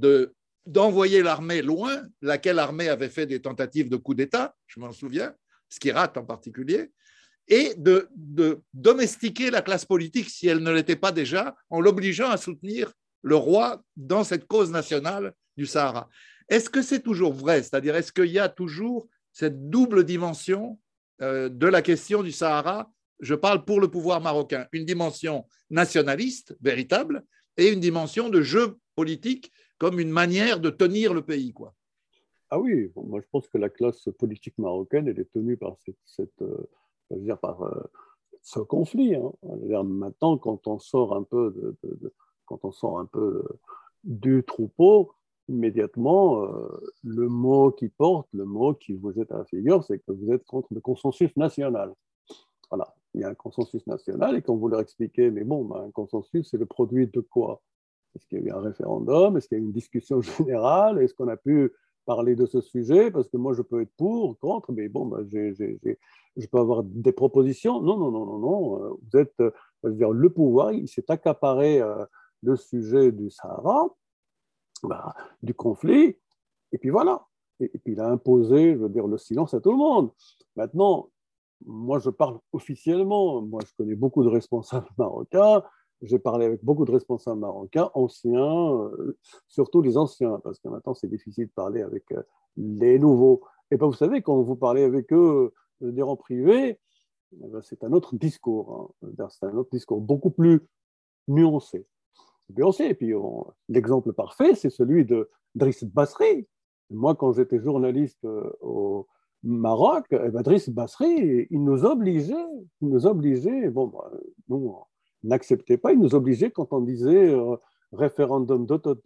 d'envoyer l'armée loin, laquelle armée avait fait des tentatives de coup d'État, je m'en souviens, Skirat en particulier, et de domestiquer la classe politique, si elle ne l'était pas déjà, en l'obligeant à soutenir le roi dans cette cause nationale du Sahara. Est-ce que c'est toujours vrai? C'est-à-dire, est-ce qu'il y a toujours cette double dimension de la question du Sahara? Je parle pour le pouvoir marocain, une dimension nationaliste, véritable, et une dimension de jeu politique comme une manière de tenir le pays, quoi. Ah oui, moi je pense que la classe politique marocaine, elle est tenue par ce conflit. Hein. Je veux dire, maintenant, quand on sort un peu, quand on sort un peu du troupeau, immédiatement, le mot qui porte, le mot qui vous est à la figure, c'est que vous êtes contre le consensus national. Voilà, il y a un consensus national et quand vous leur expliquez, mais bon, un consensus, c'est le produit de quoi? Est-ce qu'il y a eu un référendum? Est-ce qu'il y a eu une discussion générale? Est-ce qu'on a pu parler de ce sujet? Parce que moi, je peux être pour, contre, mais bon, je peux avoir des propositions. Non, non, non, non, non. Vous êtes, je veux dire, le pouvoir, il s'est accaparé le sujet du Sahara, du conflit, et puis voilà. Et puis il a imposé, je veux dire, le silence à tout le monde. Maintenant, moi, je parle officiellement. Moi, je connais beaucoup de responsables marocains. J'ai parlé avec beaucoup de responsables marocains, anciens, surtout les anciens, parce que maintenant, c'est difficile de parler avec les nouveaux. Et bien, vous savez, quand vous parlez avec eux, je veux dire, en privé, c'est un autre discours. Hein. C'est un autre discours beaucoup plus nuancé. Et puis, l'exemple parfait, c'est celui de Driss Basri. Moi, quand j'étais journaliste au Maroc, Driss Basri, il nous obligeait, bon, nous, on n'acceptait pas, il nous obligeait quand on disait référendum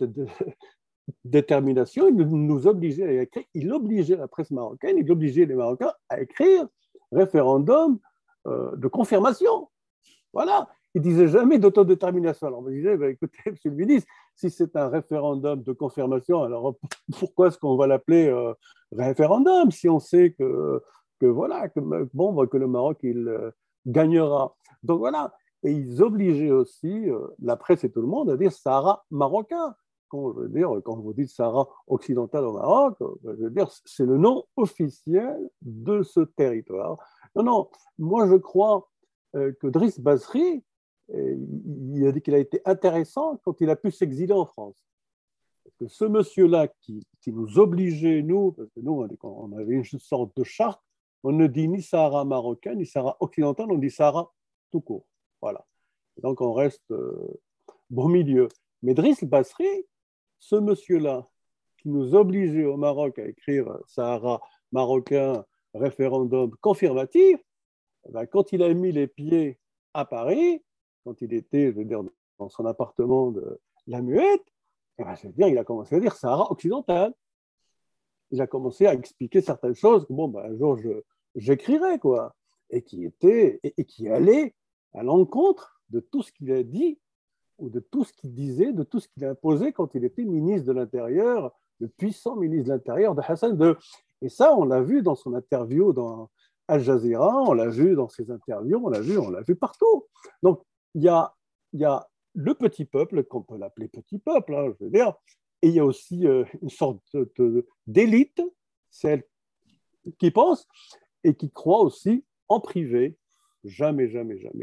d'autodétermination, il nous obligeait à écrire, il obligeait la presse marocaine, il obligeait les Marocains à écrire référendum de confirmation. Voilà. Il ne disait jamais d'autodétermination. Alors, on me disait, écoutez, monsieur le ministre, si c'est un référendum de confirmation, alors pourquoi est-ce qu'on va l'appeler référendum si on sait voilà, que le Maroc, il gagnera. Donc voilà. Et ils obligeaient aussi la presse et tout le monde à dire Sahara marocain. Quand vous dites Sahara occidental au Maroc, je veux dire, c'est le nom officiel de ce territoire. Non, non, moi je crois que Driss Basri, il a dit qu'il a été intéressant quand il a pu s'exiler en France. Parce que ce monsieur-là qui nous obligeait, nous, parce que nous, on avait une sorte de charte, on ne dit ni Sahara marocain, ni Sahara occidental, on dit Sahara tout court. Voilà. Et donc, on reste bon milieu. Mais Driss Basri, ce monsieur-là, qui nous obligeait au Maroc à écrire Sahara marocain, référendum confirmatif, quand il a mis les pieds à Paris, quand il était, je veux dire, dans son appartement de La Muette, je veux dire, il a commencé à dire Sahara occidental. Il a commencé à expliquer certaines choses que, un jour, j'écrirai, quoi. Et qui allait à l'encontre de tout ce qu'il a dit, ou de tout ce qu'il disait, de tout ce qu'il a imposé quand il était ministre de l'Intérieur, le puissant ministre de l'Intérieur de Hassan II. Et ça, on l'a vu dans son interview dans Al Jazeera, on l'a vu dans ses interviews, on l'a vu partout. Donc, il y a le petit peuple, qu'on peut l'appeler petit peuple, hein, je veux dire, et il y a aussi une sorte d'élite, celle qui pense et qui croit aussi en privé, jamais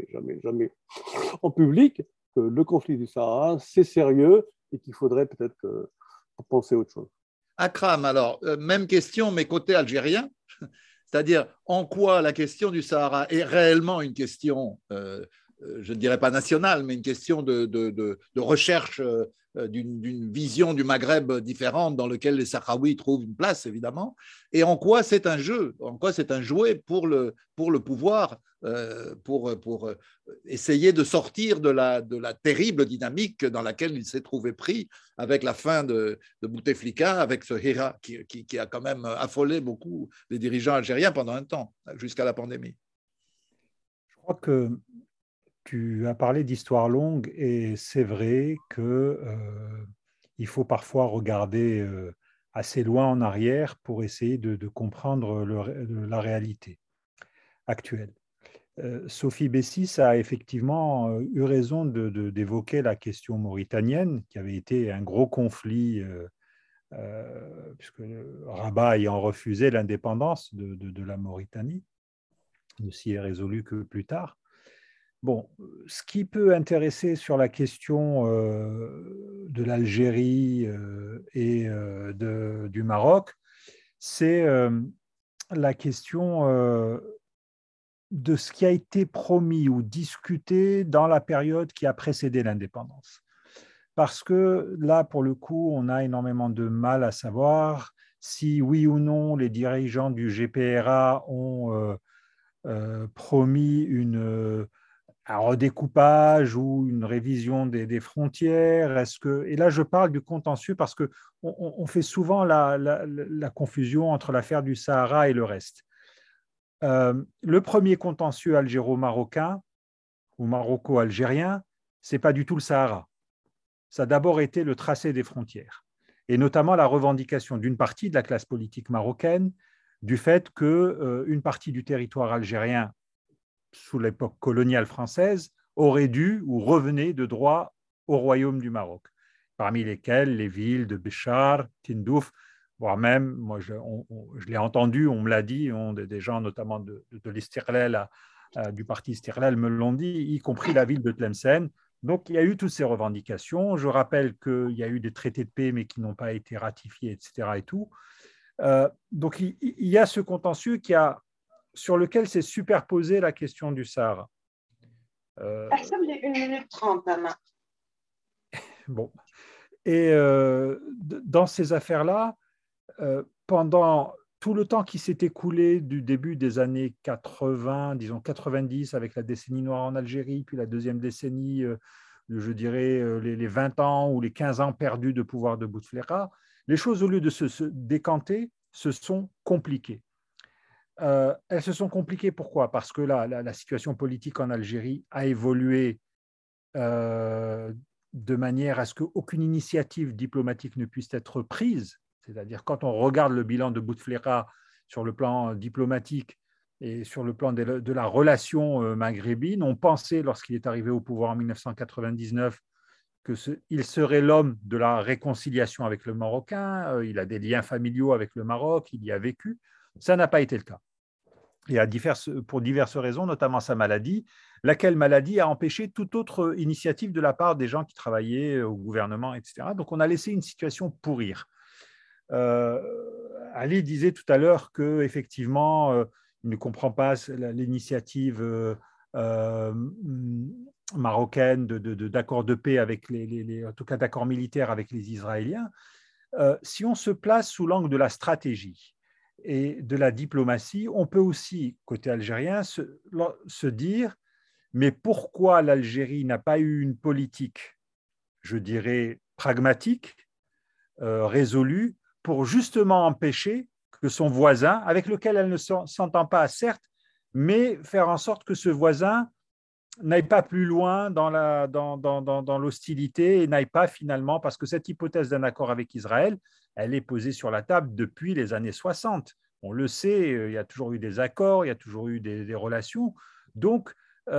en public, que le conflit du Sahara, c'est sérieux et qu'il faudrait peut-être penser à autre chose. Akram, alors, même question, mais côté algérien, c'est-à-dire en quoi la question du Sahara est réellement une question je ne dirais pas nationale, mais une question de recherche d'une vision du Maghreb différente dans laquelle les Sahraouis trouvent une place, évidemment, et en quoi c'est un jeu, en quoi c'est un jouet pour le pouvoir, pour essayer de sortir de la terrible dynamique dans laquelle il s'est trouvé pris avec la fin de Bouteflika, avec ce Hira qui a quand même affolé beaucoup les dirigeants algériens pendant un temps, jusqu'à la pandémie. Je crois que tu as parlé d'histoire longue et c'est vrai qu'il faut parfois regarder assez loin en arrière pour essayer de comprendre la réalité actuelle. Sophie Bessis a effectivement eu raison d'évoquer la question mauritanienne, qui avait été un gros conflit, puisque Rabat ayant refusé l'indépendance de la Mauritanie, ne s'y est résolu que plus tard. Bon, ce qui peut intéresser sur la question de l'Algérie et du Maroc, c'est la question de ce qui a été promis ou discuté dans la période qui a précédé l'indépendance. Parce que là, pour le coup, on a énormément de mal à savoir si oui ou non les dirigeants du GPRA ont promis un redécoupage ou une révision des frontières? Et là, je parle du contentieux parce qu'on fait souvent la confusion entre l'affaire du Sahara et le reste. Le premier contentieux algéro-marocain ou maroco-algérien, ce n'est pas du tout le Sahara. Ça a d'abord été le tracé des frontières, et notamment la revendication d'une partie de la classe politique marocaine du fait qu'une partie du territoire algérien, sous l'époque coloniale française, aurait dû ou revenait de droit au royaume du Maroc, parmi lesquelles les villes de Béchar, Tindouf, voire même, moi je l'ai entendu, on me l'a dit, des gens notamment de l'Istiqlal, du parti Istiqlal me l'ont dit, y compris la ville de Tlemcen. Donc il y a eu toutes ces revendications. Je rappelle qu'il y a eu des traités de paix, mais qui n'ont pas été ratifiés, etc. Et tout. Donc il y a ce contentieux sur lequel s'est superposée la question du Sahara. Ça me dit 1 minute 30, Anna. Bon. Et dans ces affaires-là, pendant tout le temps qui s'est écoulé du début des années 80, disons 90, avec la décennie noire en Algérie, puis la deuxième décennie, je dirais les 20 ans ou les 15 ans perdus de pouvoir de Bouteflika, les choses, au lieu de se décanter, se sont compliquées. Elles se sont compliquées, pourquoi? Parce que la situation politique en Algérie a évolué de manière à ce qu'aucune initiative diplomatique ne puisse être prise. C'est-à-dire, quand on regarde le bilan de Bouteflika sur le plan diplomatique et sur le plan de la relation maghrébine, on pensait, lorsqu'il est arrivé au pouvoir en 1999, qu'il serait l'homme de la réconciliation avec le Marocain, il a des liens familiaux avec le Maroc, il y a vécu. Ça n'a pas été le cas. Et pour diverses raisons, notamment sa maladie, laquelle maladie a empêché toute autre initiative de la part des gens qui travaillaient au gouvernement, etc. Donc on a laissé une situation pourrir. Ali disait tout à l'heure qu'effectivement, il ne comprend pas l'initiative marocaine d'accord de paix avec en tout cas d'accord militaire avec les Israéliens. Si on se place sous l'angle de la stratégie et de la diplomatie, on peut aussi, côté algérien, se dire, mais pourquoi l'Algérie n'a pas eu une politique, je dirais, pragmatique, résolue, pour justement empêcher que son voisin, avec lequel elle ne s'entend pas, certes, mais faire en sorte que ce voisin n'aille pas plus loin dans l'hostilité et n'aille pas finalement, parce que cette hypothèse d'un accord avec Israël, elle est posée sur la table depuis les années 60. On le sait, il y a toujours eu des accords, il y a toujours eu des relations. Donc,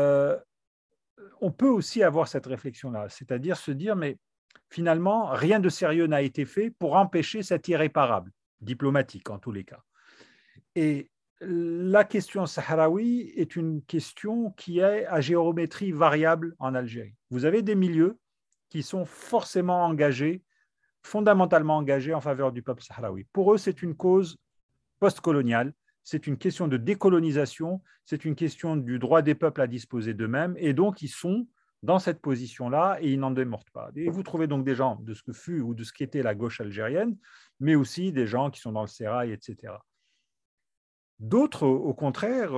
on peut aussi avoir cette réflexion-là, c'est-à-dire se dire, mais finalement, rien de sérieux n'a été fait pour empêcher cet irréparable, diplomatique en tous les cas. Et la question sahraoui est une question qui est à géométrie variable en Algérie. Vous avez des milieux qui sont forcément engagés, fondamentalement engagés en faveur du peuple sahraoui. Pour eux, c'est une cause postcoloniale, c'est une question de décolonisation, c'est une question du droit des peuples à disposer d'eux-mêmes, et donc ils sont dans cette position-là et ils n'en démordent pas. Et vous trouvez donc des gens de ce que fut ou de ce qu'était la gauche algérienne, mais aussi des gens qui sont dans le sérail, etc. D'autres, au contraire,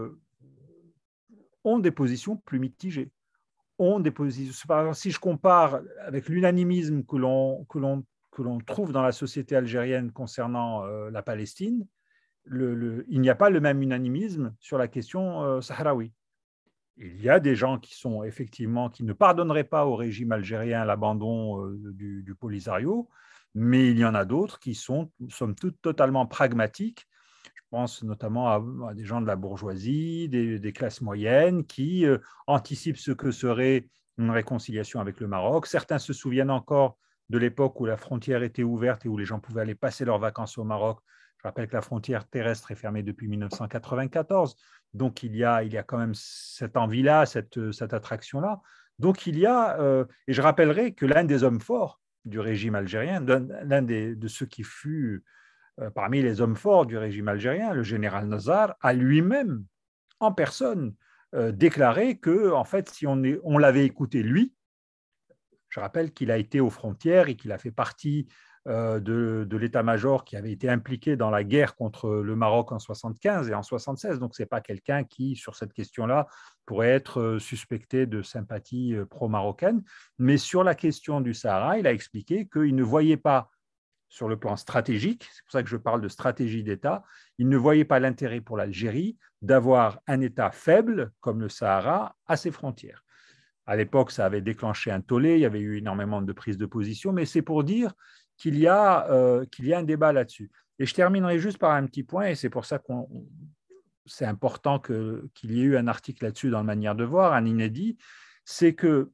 ont des positions plus mitigées. Par exemple, si je compare avec l'unanimisme que l'on trouve dans la société algérienne concernant la Palestine, il n'y a pas le même unanimisme sur la question sahraoui. Il y a des gens qui ne pardonneraient pas au régime algérien l'abandon du Polisario, mais il y en a d'autres qui sont, somme toute, totalement pragmatiques. Je pense notamment à des gens de la bourgeoisie, des classes moyennes qui anticipent ce que serait une réconciliation avec le Maroc. Certains se souviennent encore de l'époque où la frontière était ouverte et où les gens pouvaient aller passer leurs vacances au Maroc. Je rappelle que la frontière terrestre est fermée depuis 1994. Donc, il y a quand même cette envie-là, cette attraction-là. Donc, et je rappellerai que l'un des hommes forts du régime algérien, l'un de ceux qui fut parmi les hommes forts du régime algérien, le général Nazar, a lui-même, en personne, déclaré que, en fait, si on l'avait écouté lui, je rappelle qu'il a été aux frontières et qu'il a fait partie de l'état-major qui avait été impliqué dans la guerre contre le Maroc en 1975 et en 1976. Donc, ce n'est pas quelqu'un qui, sur cette question-là, pourrait être suspecté de sympathie pro-marocaine. Mais sur la question du Sahara, il a expliqué qu'il ne voyait pas, sur le plan stratégique, c'est pour ça que je parle de stratégie d'État, il ne voyait pas l'intérêt pour l'Algérie d'avoir un État faible comme le Sahara à ses frontières. À l'époque, ça avait déclenché un tollé, il y avait eu énormément de prises de position, mais c'est pour dire qu'il y a un débat là-dessus. Et je terminerai juste par un petit point, et c'est pour ça que c'est important qu'il y ait eu un article là-dessus dans la manière de voir, un inédit, c'est que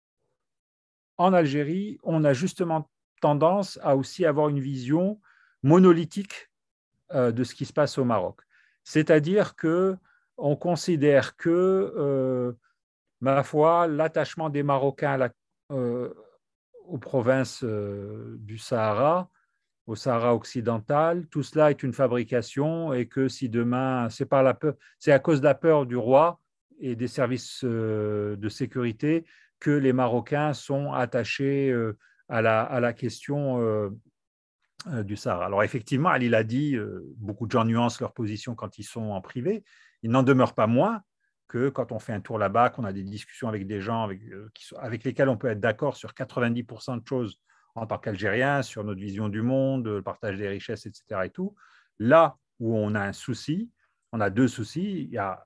en Algérie, on a justement tendance à aussi avoir une vision monolithique de ce qui se passe au Maroc. C'est-à-dire qu'on considère que, ma foi, l'attachement des Marocains aux provinces du Sahara, au Sahara occidental, tout cela est une fabrication et que si demain, c'est à cause de la peur du roi et des services de sécurité que les Marocains sont attachés à la question du Sahara. Alors effectivement, Ali l'a dit, beaucoup de gens nuancent leur position quand ils sont en privé. Il n'en demeure pas moins que quand on fait un tour là-bas, qu'on a des discussions avec des gens avec lesquels on peut être d'accord sur 90% de choses en tant qu'Algérien, sur notre vision du monde, le partage des richesses, etc. et tout. Là où on a un souci, on a deux soucis. Il y a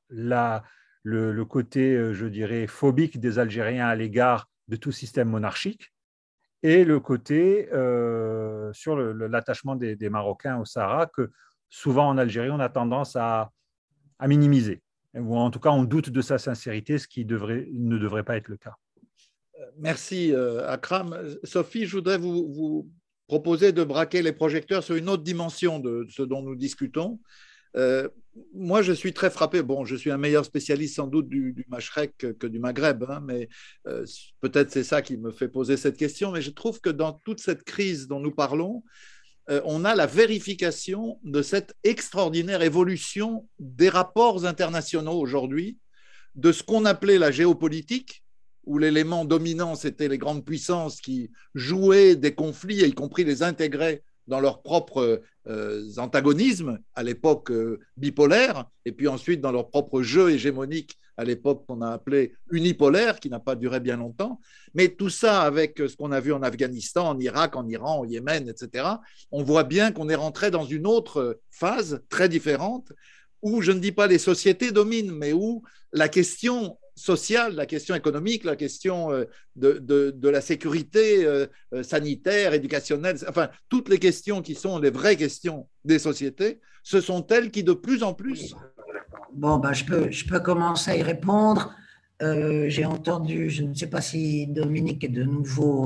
le côté, je dirais, phobique des Algériens à l'égard de tout système monarchique et le côté sur l'attachement des Marocains au Sahara que souvent en Algérie, on a tendance à minimiser. Ou en tout cas, on doute de sa sincérité, ce qui ne devrait pas être le cas. Merci, Akram. Sophie, je voudrais vous proposer de braquer les projecteurs sur une autre dimension de ce dont nous discutons. Moi, je suis très frappé. Bon, je suis un meilleur spécialiste sans doute du Machrek que du Maghreb, hein, mais peut-être c'est ça qui me fait poser cette question. Mais je trouve que dans toute cette crise dont nous parlons, on a la vérification de cette extraordinaire évolution des rapports internationaux aujourd'hui, de ce qu'on appelait la géopolitique, où l'élément dominant, c'était les grandes puissances qui jouaient des conflits, y compris les intégraient dans leurs propres antagonismes, à l'époque bipolaire, et puis ensuite dans leur propre jeu hégémonique, à l'époque qu'on a appelé unipolaire, qui n'a pas duré bien longtemps. Mais tout ça, avec ce qu'on a vu en Afghanistan, en Irak, en Iran, au Yémen, etc., on voit bien qu'on est rentré dans une autre phase très différente, où je ne dis pas les sociétés dominent, mais où la question sociale, la question économique, la question de la sécurité sanitaire, éducationnelle, enfin, toutes les questions qui sont les vraies questions des sociétés, ce sont elles qui, de plus en plus… Bon, ben, je peux commencer à y répondre. J'ai entendu, je ne sais pas si Dominique est de nouveau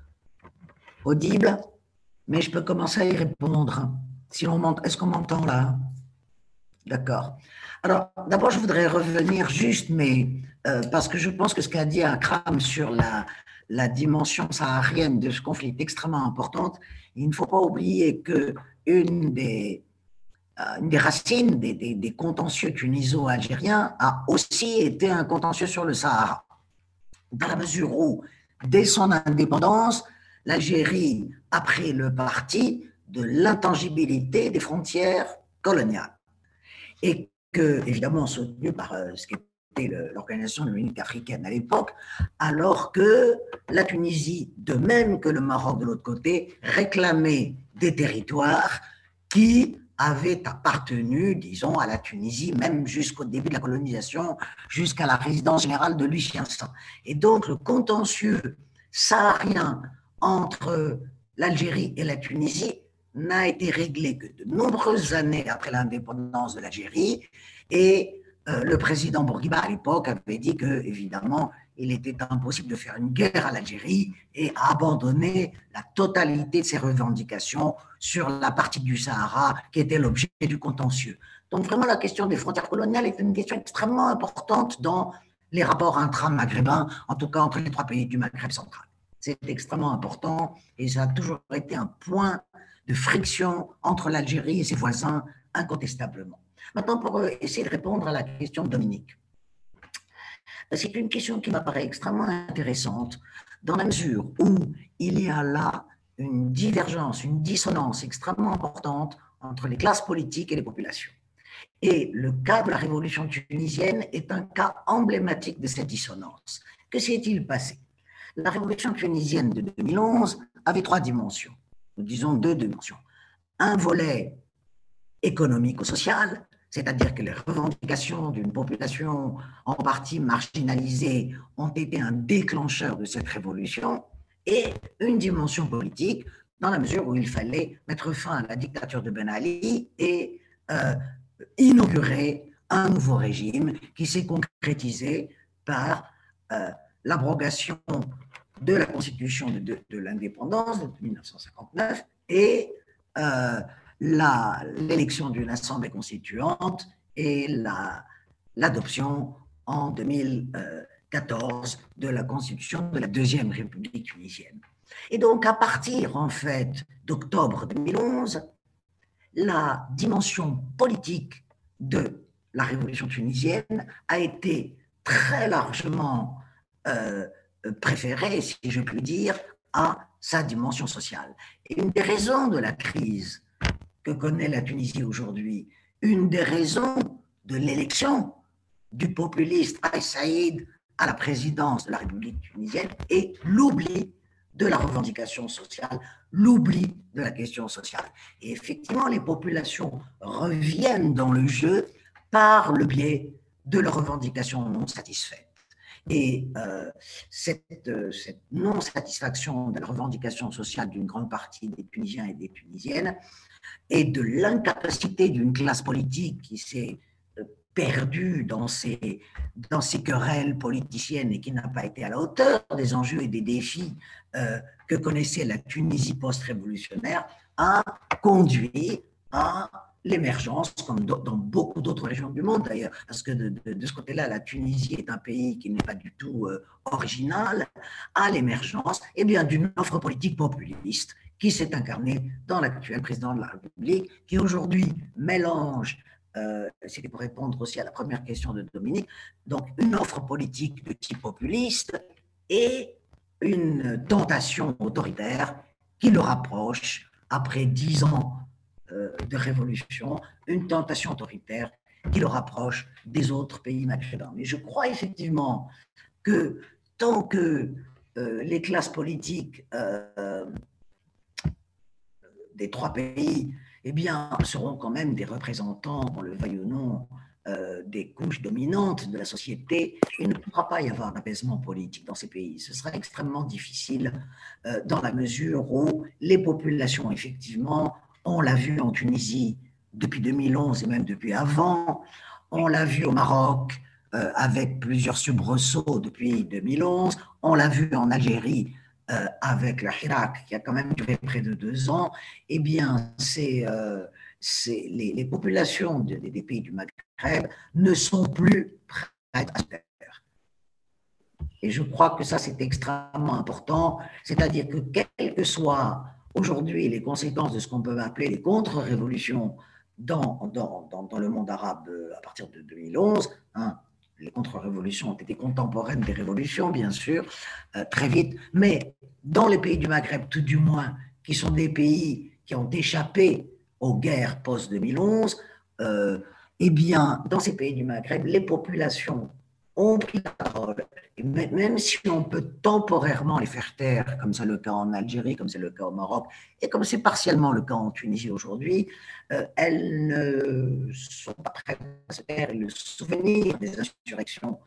audible, mais je peux commencer à y répondre. Si est-ce qu'on m'entend là? D'accord. Alors, d'abord, je voudrais revenir juste, mais parce que je pense que ce qu'a dit Akram sur la dimension saharienne de ce conflit est extrêmement importante. Il ne faut pas oublier qu'une des racines des contentieux tuniso-algériens a aussi été un contentieux sur le Sahara, dans la mesure où, dès son indépendance, l'Algérie a pris le parti de l'intangibilité des frontières coloniales. Et que, évidemment, soutenu par ce qu'était l'Organisation de l'Unité africaine à l'époque, alors que la Tunisie, de même que le Maroc de l'autre côté, réclamait des territoires qui avaient appartenu, disons, à la Tunisie, même jusqu'au début de la colonisation, jusqu'à la résidence générale de Louis XV. Et donc, le contentieux saharien entre l'Algérie et la Tunisie n'a été réglé que de nombreuses années après l'indépendance de l'Algérie, et le président Bourguiba à l'époque avait dit que, évidemment, il était impossible de faire une guerre à l'Algérie et a abandonné la totalité de ses revendications sur la partie du Sahara qui était l'objet du contentieux. Donc vraiment, la question des frontières coloniales est une question extrêmement importante dans les rapports intra-maghrébins, en tout cas entre les trois pays du Maghreb central. C'est extrêmement important et ça a toujours été un point de friction entre l'Algérie et ses voisins, incontestablement. Maintenant, pour essayer de répondre à la question de Dominique. C'est une question qui m'apparaît extrêmement intéressante dans la mesure où il y a là une divergence, une dissonance extrêmement importante entre les classes politiques et les populations. Et le cas de la révolution tunisienne est un cas emblématique de cette dissonance. Que s'est-il passé? La révolution tunisienne de 2011 avait trois dimensions, nous disons deux dimensions. Un volet économico-social, c'est-à-dire que les revendications d'une population en partie marginalisée ont été un déclencheur de cette révolution, et une dimension politique, dans la mesure où il fallait mettre fin à la dictature de Ben Ali et inaugurer un nouveau régime qui s'est concrétisé par l'abrogation de la constitution de l'indépendance de 1959 et l'élection d'une assemblée constituante et l'adoption en 2014 de la constitution de la Deuxième République tunisienne. Et donc, à partir, en fait, d'octobre 2011, la dimension politique de la révolution tunisienne a été très largement préférée, si je puis dire, à sa dimension sociale. Et une des raisons de la crise que connaît la Tunisie aujourd'hui, une des raisons de l'élection du populiste Kais Saïd à la présidence de la République tunisienne est l'oubli de la revendication sociale, l'oubli de la question sociale. Et effectivement, les populations reviennent dans le jeu par le biais de leurs revendications non satisfaites. Et cette non-satisfaction de la revendication sociale d'une grande partie des Tunisiens et des Tunisiennes et de l'incapacité d'une classe politique qui s'est perdue dans ses querelles politiciennes et qui n'a pas été à la hauteur des enjeux et des défis que connaissait la Tunisie post-révolutionnaire, a conduit à l'émergence, comme dans beaucoup d'autres régions du monde d'ailleurs, parce que de ce côté-là, la Tunisie est un pays qui n'est pas du tout original, à l'émergence d'une offre politique populiste qui s'est incarnée dans l'actuel président de la République, qui aujourd'hui mélange, c'était pour répondre aussi à la première question de Dominique, donc une offre politique de type populiste et une tentation autoritaire qui le rapproche, après 10 ans de révolution, une tentation autoritaire qui le rapproche des autres pays maghrébins. Mais je crois effectivement que tant que les classes politiques des trois pays seront quand même des représentants, on le veuille ou non, des couches dominantes de la société, il ne pourra pas y avoir d'apaisement politique dans ces pays. Ce sera extrêmement difficile dans la mesure où les populations, effectivement, on l'a vu en Tunisie depuis 2011 et même depuis avant, on l'a vu au Maroc avec plusieurs soubresauts depuis 2011, on l'a vu en Algérie avec le Hirak qui a quand même duré près de 2 ans. Eh bien, les populations des pays du Maghreb ne sont plus prêtes à se faire. Et je crois que ça, c'est extrêmement important. C'est-à-dire que quelles que soient aujourd'hui les conséquences de ce qu'on peut appeler les contre-révolutions dans le monde arabe à partir de 2011, les contre-révolutions ont été contemporaines des révolutions, bien sûr, très vite, mais dans les pays du Maghreb, tout du moins, qui sont des pays qui ont échappé aux guerres post-2011, dans ces pays du Maghreb, les populations ont pris la parole. Et même si on peut temporairement les faire taire, comme c'est le cas en Algérie, comme c'est le cas au Maroc, et comme c'est partiellement le cas en Tunisie aujourd'hui, elles ne sont pas prêtes à se taire. Et le souvenir des insurrections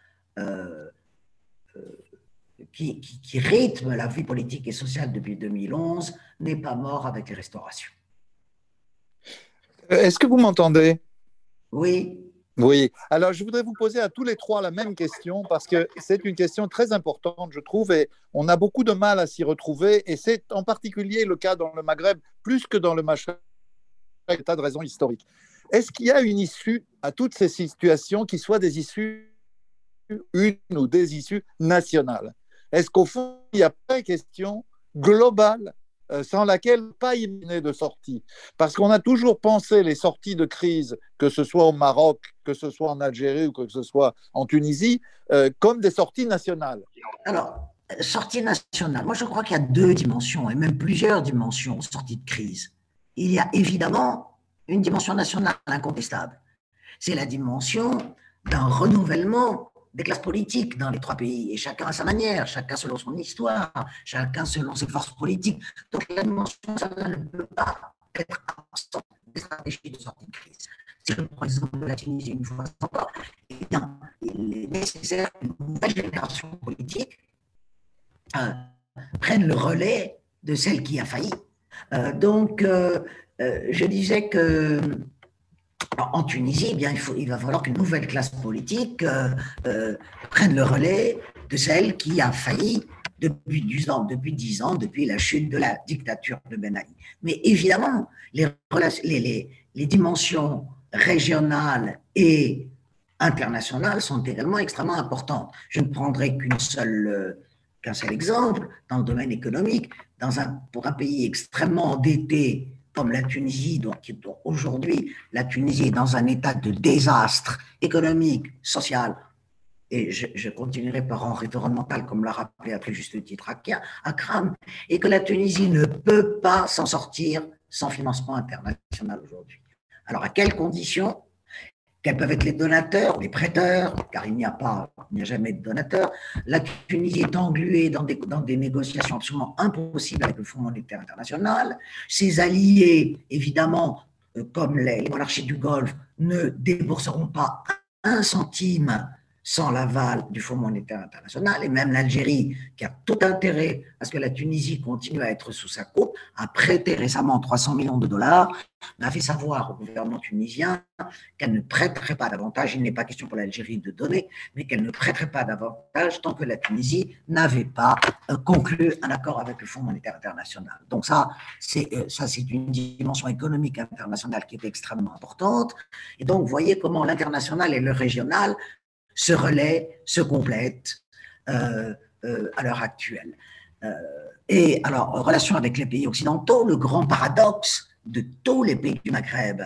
qui rythment la vie politique et sociale depuis 2011 n'est pas mort avec les restaurations. Est-ce que vous m'entendez? Oui. Oui. Alors, je voudrais vous poser à tous les trois la même question parce que c'est une question très importante, je trouve, et on a beaucoup de mal à s'y retrouver. Et c'est en particulier le cas dans le Maghreb, plus que dans le Maghreb, pour un tas de raisons historiques. Est-ce qu'il y a une issue à toutes ces situations qui soient des issues, une ou des issues nationales? Est-ce qu'au fond, il n'y a pas une question globale sans laquelle pas imaginer de sortie? Parce qu'on a toujours pensé les sorties de crise, que ce soit au Maroc, que ce soit en Algérie ou que ce soit en Tunisie, comme des sorties nationales. Alors, sortie nationale. Moi, je crois qu'il y a deux dimensions, et même plusieurs dimensions aux sorties de crise. Il y a évidemment une dimension nationale incontestable. C'est la dimension d'un renouvellement des classes politiques dans les trois pays, et chacun à sa manière, chacun selon son histoire, chacun selon ses forces politiques. Donc la dimension nationale ne peut pas être absente des stratégies de sortie de crise. Si je prends l'exemple de la Tunisie une fois encore, eh bien, il est nécessaire qu'une nouvelle génération politique prenne le relais de celle qui a failli. Je disais que en Tunisie, eh bien, il va falloir qu'une nouvelle classe politique prenne le relais de celle qui a failli depuis 10 ans, depuis la chute de la dictature de Ben Ali. Mais évidemment, les dimensions régionales et internationales sont également extrêmement importantes. Je ne prendrai qu'un seul exemple dans le domaine économique. Pour un pays extrêmement endetté comme la Tunisie, donc aujourd'hui, la Tunisie est dans un état de désastre économique, social, et je continuerai par environnemental, comme l'a rappelé à très juste titre Akram, et que la Tunisie ne peut pas s'en sortir sans financement international aujourd'hui. Alors, à quelles conditions? Quels peuvent être les donateurs, les prêteurs, car il n'y a jamais de donateurs. La Tunisie est engluée dans des négociations absolument impossibles avec le Fonds monétaire international. Ses alliés, évidemment, comme les monarchies du Golfe, ne débourseront pas un centime sans l'aval du Fonds monétaire international, et même l'Algérie, qui a tout intérêt à ce que la Tunisie continue à être sous sa coupe, a prêté récemment 300 millions de dollars, a fait savoir au gouvernement tunisien qu'elle ne prêterait pas davantage, il n'est pas question pour l'Algérie de donner, mais qu'elle ne prêterait pas davantage tant que la Tunisie n'avait pas conclu un accord avec le Fonds monétaire international. Donc ça, c'est une dimension économique internationale qui est extrêmement importante. Et donc, vous voyez comment l'international et le régional se relaient, se complètent à l'heure actuelle. Et alors, en relation avec les pays occidentaux, le grand paradoxe de tous les pays du Maghreb,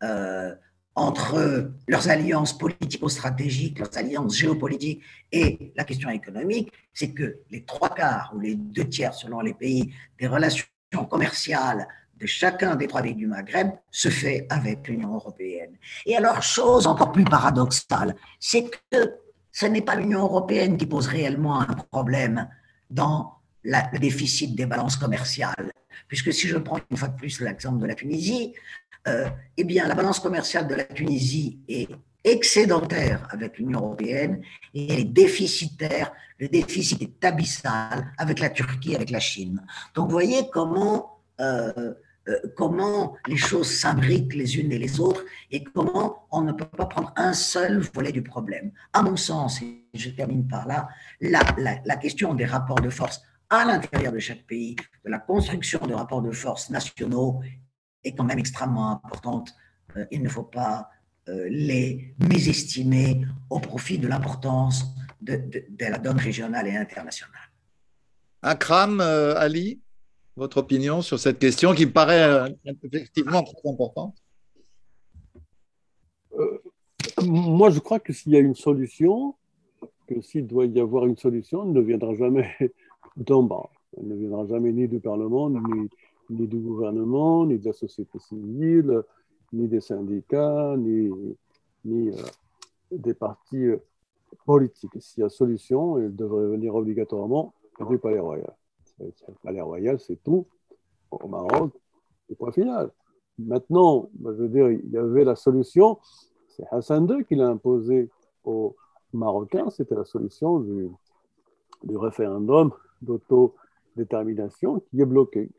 entre leurs alliances politico-stratégiques, leurs alliances géopolitiques et la question économique, c'est que les 3/4 ou les 2/3, selon les pays, des relations commerciales de chacun des 3 pays du Maghreb se fait avec l'Union européenne. Et alors, chose encore plus paradoxale, c'est que ce n'est pas l'Union européenne qui pose réellement un problème dans le déficit des balances commerciales. Puisque si je prends une fois de plus l'exemple de la Tunisie, eh bien, la balance commerciale de la Tunisie est excédentaire avec l'Union européenne et elle est déficitaire, le déficit est abyssal avec la Turquie, avec la Chine. Donc, vous voyez comment les choses s'imbriquent les unes et les autres et comment on ne peut pas prendre un seul volet du problème. À mon sens, et je termine par là, la question des rapports de force à l'intérieur de chaque pays, de la construction de rapports de force nationaux est quand même extrêmement importante. Il ne faut pas les mésestimer au profit de l'importance de la donne régionale et internationale. Akram, Ali, votre opinion sur cette question qui me paraît effectivement très importante? Moi, je crois que s'il y a une solution, que s'il doit y avoir une solution, elle ne viendra jamais d'en bas. Elle ne viendra jamais ni du Parlement, ni du gouvernement, ni de la société civile, ni des syndicats, ni des partis politiques. S'il y a solution, elle devrait venir obligatoirement du Palais Royal. Le Palais Royal, c'est tout au Maroc, et point final. Maintenant, je veux dire, il y avait la solution, c'est Hassan II qui l'a imposée aux Marocains, c'était la solution du référendum d'autodétermination qui est bloqué.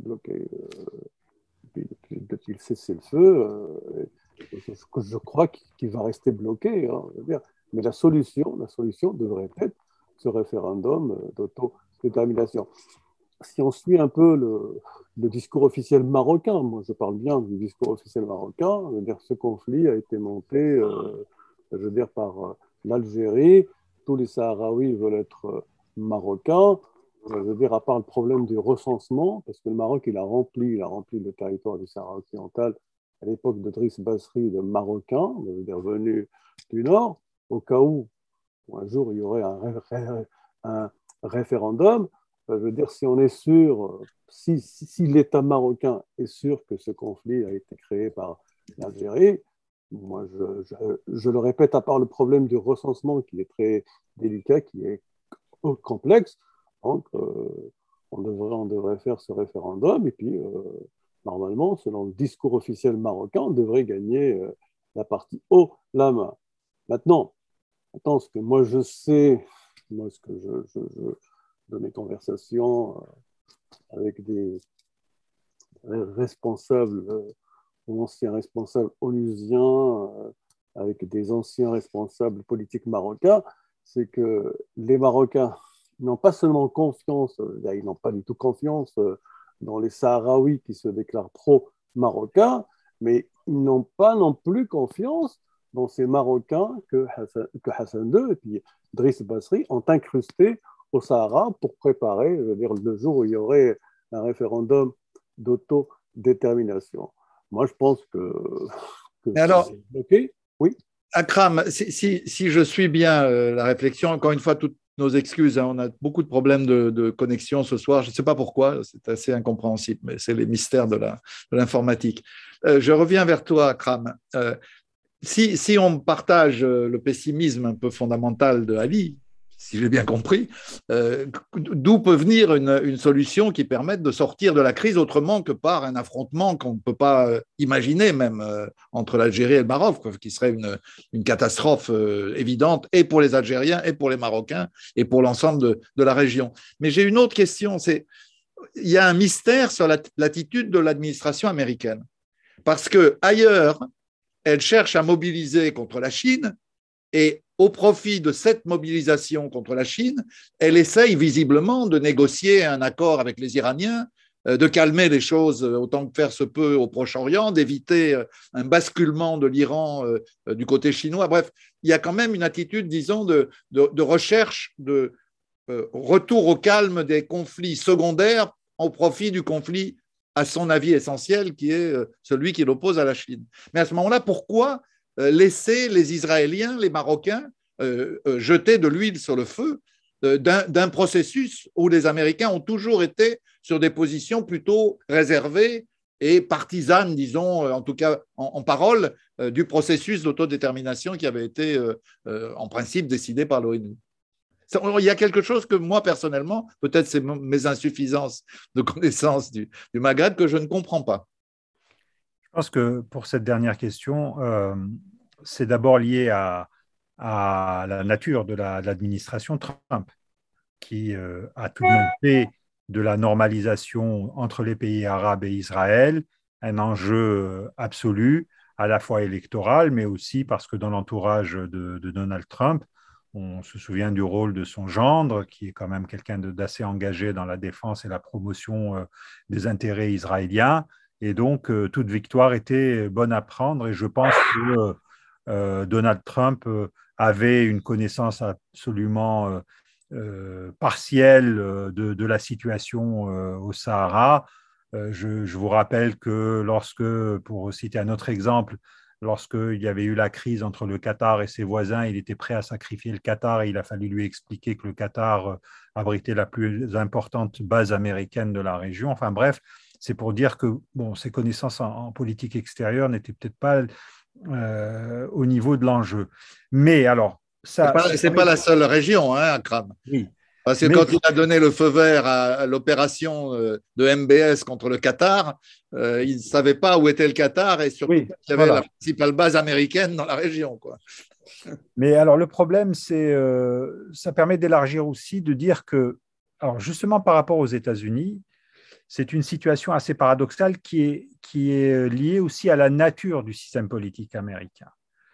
Depuis le cessez-le-feu, je crois qu'il va rester bloqué. Hein, je veux dire. Mais la solution devrait être ce référendum d'autodétermination. Si on suit un peu le discours officiel marocain, moi je parle bien du discours officiel marocain, je veux dire, ce conflit a été monté je veux dire, par l'Algérie, tous les Sahraouis veulent être marocains, je veux dire, à part le problème du recensement, parce que le Maroc il a rempli le territoire du Sahara occidental à l'époque de Driss Basri de Marocains, je veux dire, venus du Nord, au cas où un jour il y aurait un référendum. Je veux dire, si on est sûr, si l'État marocain est sûr que ce conflit a été créé par l'Algérie, moi, je le répète, à part le problème du recensement qui est très délicat, qui est complexe, donc on devrait faire ce référendum et puis normalement, selon le discours officiel marocain, on devrait gagner la partie haut la main. Maintenant, ce que moi je sais, ce que de mes conversations avec des responsables, anciens responsables onusiens, avec des anciens responsables politiques marocains, c'est que les Marocains n'ont pas seulement confiance, ils n'ont pas du tout confiance dans les Sahraouis qui se déclarent pro-marocains, mais ils n'ont pas non plus confiance dans ces Marocains que Hassan II et puis Driss Basri ont incrustés au Sahara pour préparer, je veux dire, le jour où il y aurait un référendum d'autodétermination. Moi, je pense que alors, c'est bloqué. Oui. Akram, si je suis bien la réflexion, encore une fois, toutes nos excuses, hein, on a beaucoup de problèmes de connexion ce soir, je ne sais pas pourquoi, c'est assez incompréhensible, mais c'est les mystères de l'informatique. Je reviens vers toi, Akram. Si on partage le pessimisme un peu fondamental de Ali, si j'ai bien compris, d'où peut venir une solution qui permette de sortir de la crise autrement que par un affrontement qu'on ne peut pas imaginer même entre l'Algérie et le Maroc, quoi, qui serait une catastrophe évidente et pour les Algériens et pour les Marocains et pour l'ensemble de la région. Mais j'ai une autre question, il y a un mystère sur l'attitude de l'administration américaine. Parce qu'ailleurs, elle cherche à mobiliser contre la Chine et au profit de cette mobilisation contre la Chine, elle essaye visiblement de négocier un accord avec les Iraniens, de calmer les choses autant que faire se peut au Proche-Orient, d'éviter un basculement de l'Iran du côté chinois. Bref, il y a quand même une attitude, disons, de recherche, de retour au calme des conflits secondaires au profit du conflit, à son avis essentiel, qui est celui qui l'oppose à la Chine. Mais à ce moment-là, pourquoi laisser les Israéliens, les Marocains, jeter de l'huile sur le feu d'un processus où les Américains ont toujours été sur des positions plutôt réservées et partisanes, disons, en tout cas en parole, du processus d'autodétermination qui avait été en principe décidé par l'ONU. Il y a quelque chose que moi, personnellement, peut-être c'est mes insuffisances de connaissance du Maghreb, que je ne comprends pas. Je pense que pour cette dernière question, c'est d'abord lié à la nature de l'administration Trump, qui a tout de même fait de la normalisation entre les pays arabes et Israël un enjeu absolu, à la fois électoral, mais aussi parce que dans l'entourage de Donald Trump, on se souvient du rôle de son gendre, qui est quand même quelqu'un d'assez engagé dans la défense et la promotion des intérêts israéliens. Et donc, toute victoire était bonne à prendre. Et je pense que Donald Trump avait une connaissance absolument partielle de la situation au Sahara. Je vous rappelle que pour citer un autre exemple, lorsqu'il y avait eu la crise entre le Qatar et ses voisins, il était prêt à sacrifier le Qatar et il a fallu lui expliquer que le Qatar abritait la plus importante base américaine de la région. Enfin bref, c'est pour dire que ses connaissances en politique extérieure n'étaient peut-être pas au niveau de l'enjeu. Mais alors, ça... C'est pas la seule région, hein, Akram. Oui. Parce que quand il a donné le feu vert à l'opération de MBS contre le Qatar, il ne savait pas où était le Qatar et surtout qu'il y avait la principale base américaine dans la région, quoi. Mais alors le problème, c'est ça permet d'élargir aussi, de dire que, alors justement par rapport aux États-Unis, c'est une situation assez paradoxale qui est liée aussi à la nature du système politique américain.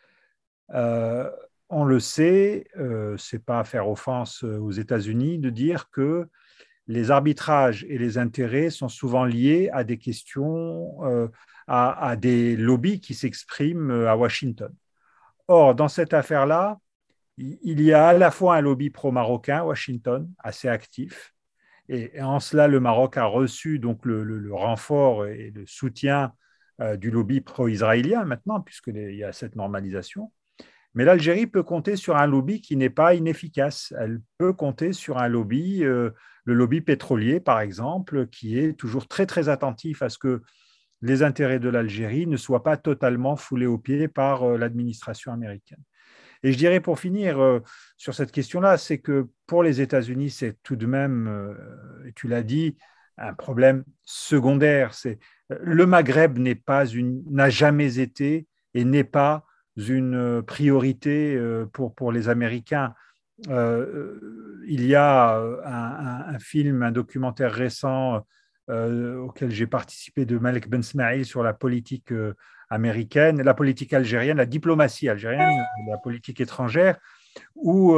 On le sait, ce n'est pas faire offense aux États-Unis de dire que les arbitrages et les intérêts sont souvent liés à des questions, à des lobbies qui s'expriment à Washington. Or, dans cette affaire-là, il y a à la fois un lobby pro-marocain, Washington, assez actif, et en cela, le Maroc a reçu donc le renfort et le soutien du lobby pro-israélien maintenant, puisqu'il y a cette normalisation. Mais l'Algérie peut compter sur un lobby qui n'est pas inefficace. Elle peut compter sur un lobby, le lobby pétrolier, par exemple, qui est toujours très, très attentif à ce que les intérêts de l'Algérie ne soient pas totalement foulés aux pieds par l'administration américaine. Et je dirais pour finir sur cette question-là, c'est que pour les États-Unis, c'est tout de même, tu l'as dit, un problème secondaire. Le Maghreb n'a jamais été et n'est pas une priorité pour les Américains. Il y a un film, un documentaire récent auquel j'ai participé de Malek Ben Smaïl sur la politique américaine, la politique algérienne, la diplomatie algérienne, la politique étrangère, où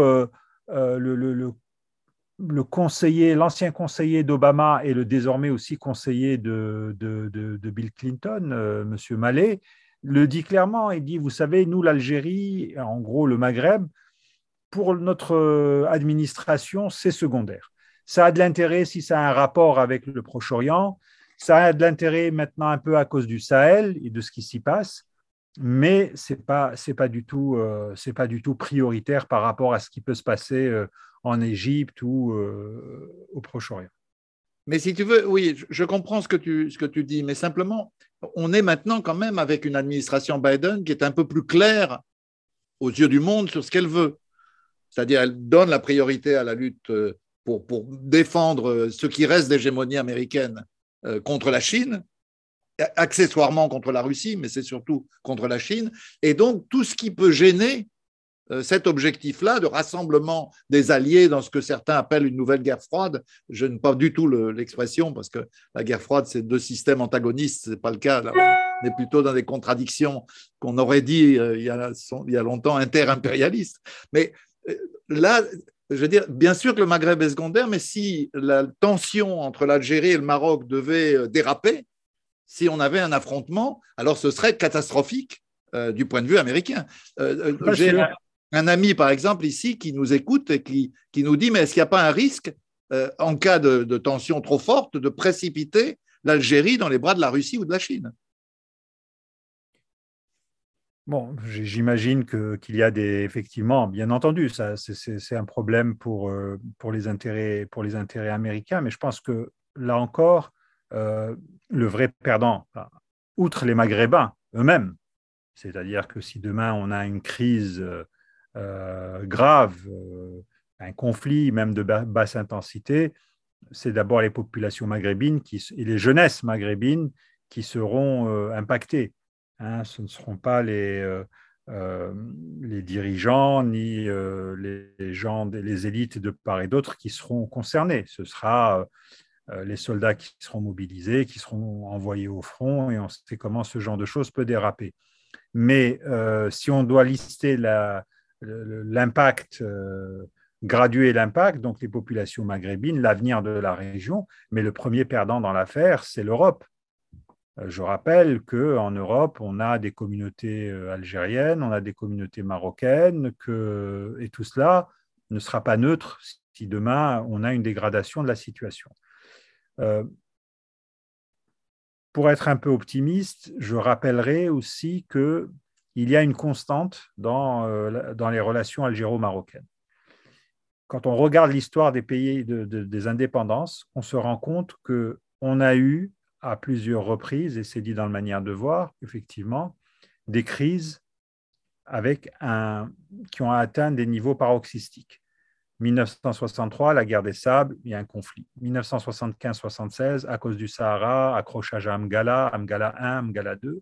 l'ancien conseiller d'Obama et le désormais aussi conseiller de Bill Clinton, M. Mallet, le dit clairement. Il dit, vous savez, nous, l'Algérie, en gros le Maghreb, pour notre administration, c'est secondaire. Ça a de l'intérêt si ça a un rapport avec le Proche-Orient, ça a de l'intérêt maintenant un peu à cause du Sahel et de ce qui s'y passe, mais ce n'est pas du tout prioritaire par rapport à ce qui peut se passer en Égypte ou au Proche-Orient. Mais si tu veux, oui, je comprends ce que tu dis, mais simplement, on est maintenant quand même avec une administration Biden qui est un peu plus claire aux yeux du monde sur ce qu'elle veut. C'est-à-dire, elle donne la priorité à la lutte pour défendre ce qui reste d'hégémonie américaine contre la Chine, accessoirement contre la Russie, mais c'est surtout contre la Chine. Et donc, tout ce qui peut gêner cet objectif-là de rassemblement des alliés dans ce que certains appellent une nouvelle guerre froide, je n'aime pas du tout l'expression, parce que la guerre froide, c'est deux systèmes antagonistes, ce n'est pas le cas. Là, on est plutôt dans des contradictions qu'on aurait dit il y a longtemps inter-impérialistes. Mais là, je veux dire, bien sûr que le Maghreb est secondaire, mais si la tension entre l'Algérie et le Maroc devait déraper, si on avait un affrontement, alors ce serait catastrophique du point de vue américain. J'ai un ami, par exemple, ici, qui nous écoute et qui nous dit, mais est-ce qu'il n'y a pas un risque, en cas de tension trop forte, de précipiter l'Algérie dans les bras de la Russie ou de la Chine? Bon, j'imagine qu'il y a effectivement, bien entendu, c'est un problème pour les intérêts américains, mais je pense que là encore, le vrai perdant, outre les Maghrébins eux-mêmes, c'est-à-dire que si demain on a une crise grave, un conflit même de basse intensité, c'est d'abord les populations maghrébines et les jeunesses maghrébines qui seront impactées. Ce ne seront pas les dirigeants ni les élites de part et d'autre qui seront concernés. Ce sera les soldats qui seront mobilisés, qui seront envoyés au front, et on sait comment ce genre de choses peut déraper. Mais si on doit lister l'impact, graduer l'impact, donc les populations maghrébines, l'avenir de la région, mais le premier perdant dans l'affaire, c'est l'Europe. Je rappelle qu'en Europe, on a des communautés algériennes, on a des communautés marocaines, et tout cela ne sera pas neutre si demain on a une dégradation de la situation. Pour être un peu optimiste, je rappellerai aussi qu'il y a une constante dans les relations algéro-marocaines. Quand on regarde l'histoire des pays des indépendances, on se rend compte qu'on a eu à plusieurs reprises, et c'est dit dans la manière de voir, effectivement, des crises qui ont atteint des niveaux paroxystiques. 1963, la guerre des sables, il y a un conflit. 1975-76, à cause du Sahara, accrochage à Amgala 1, Amgala 2.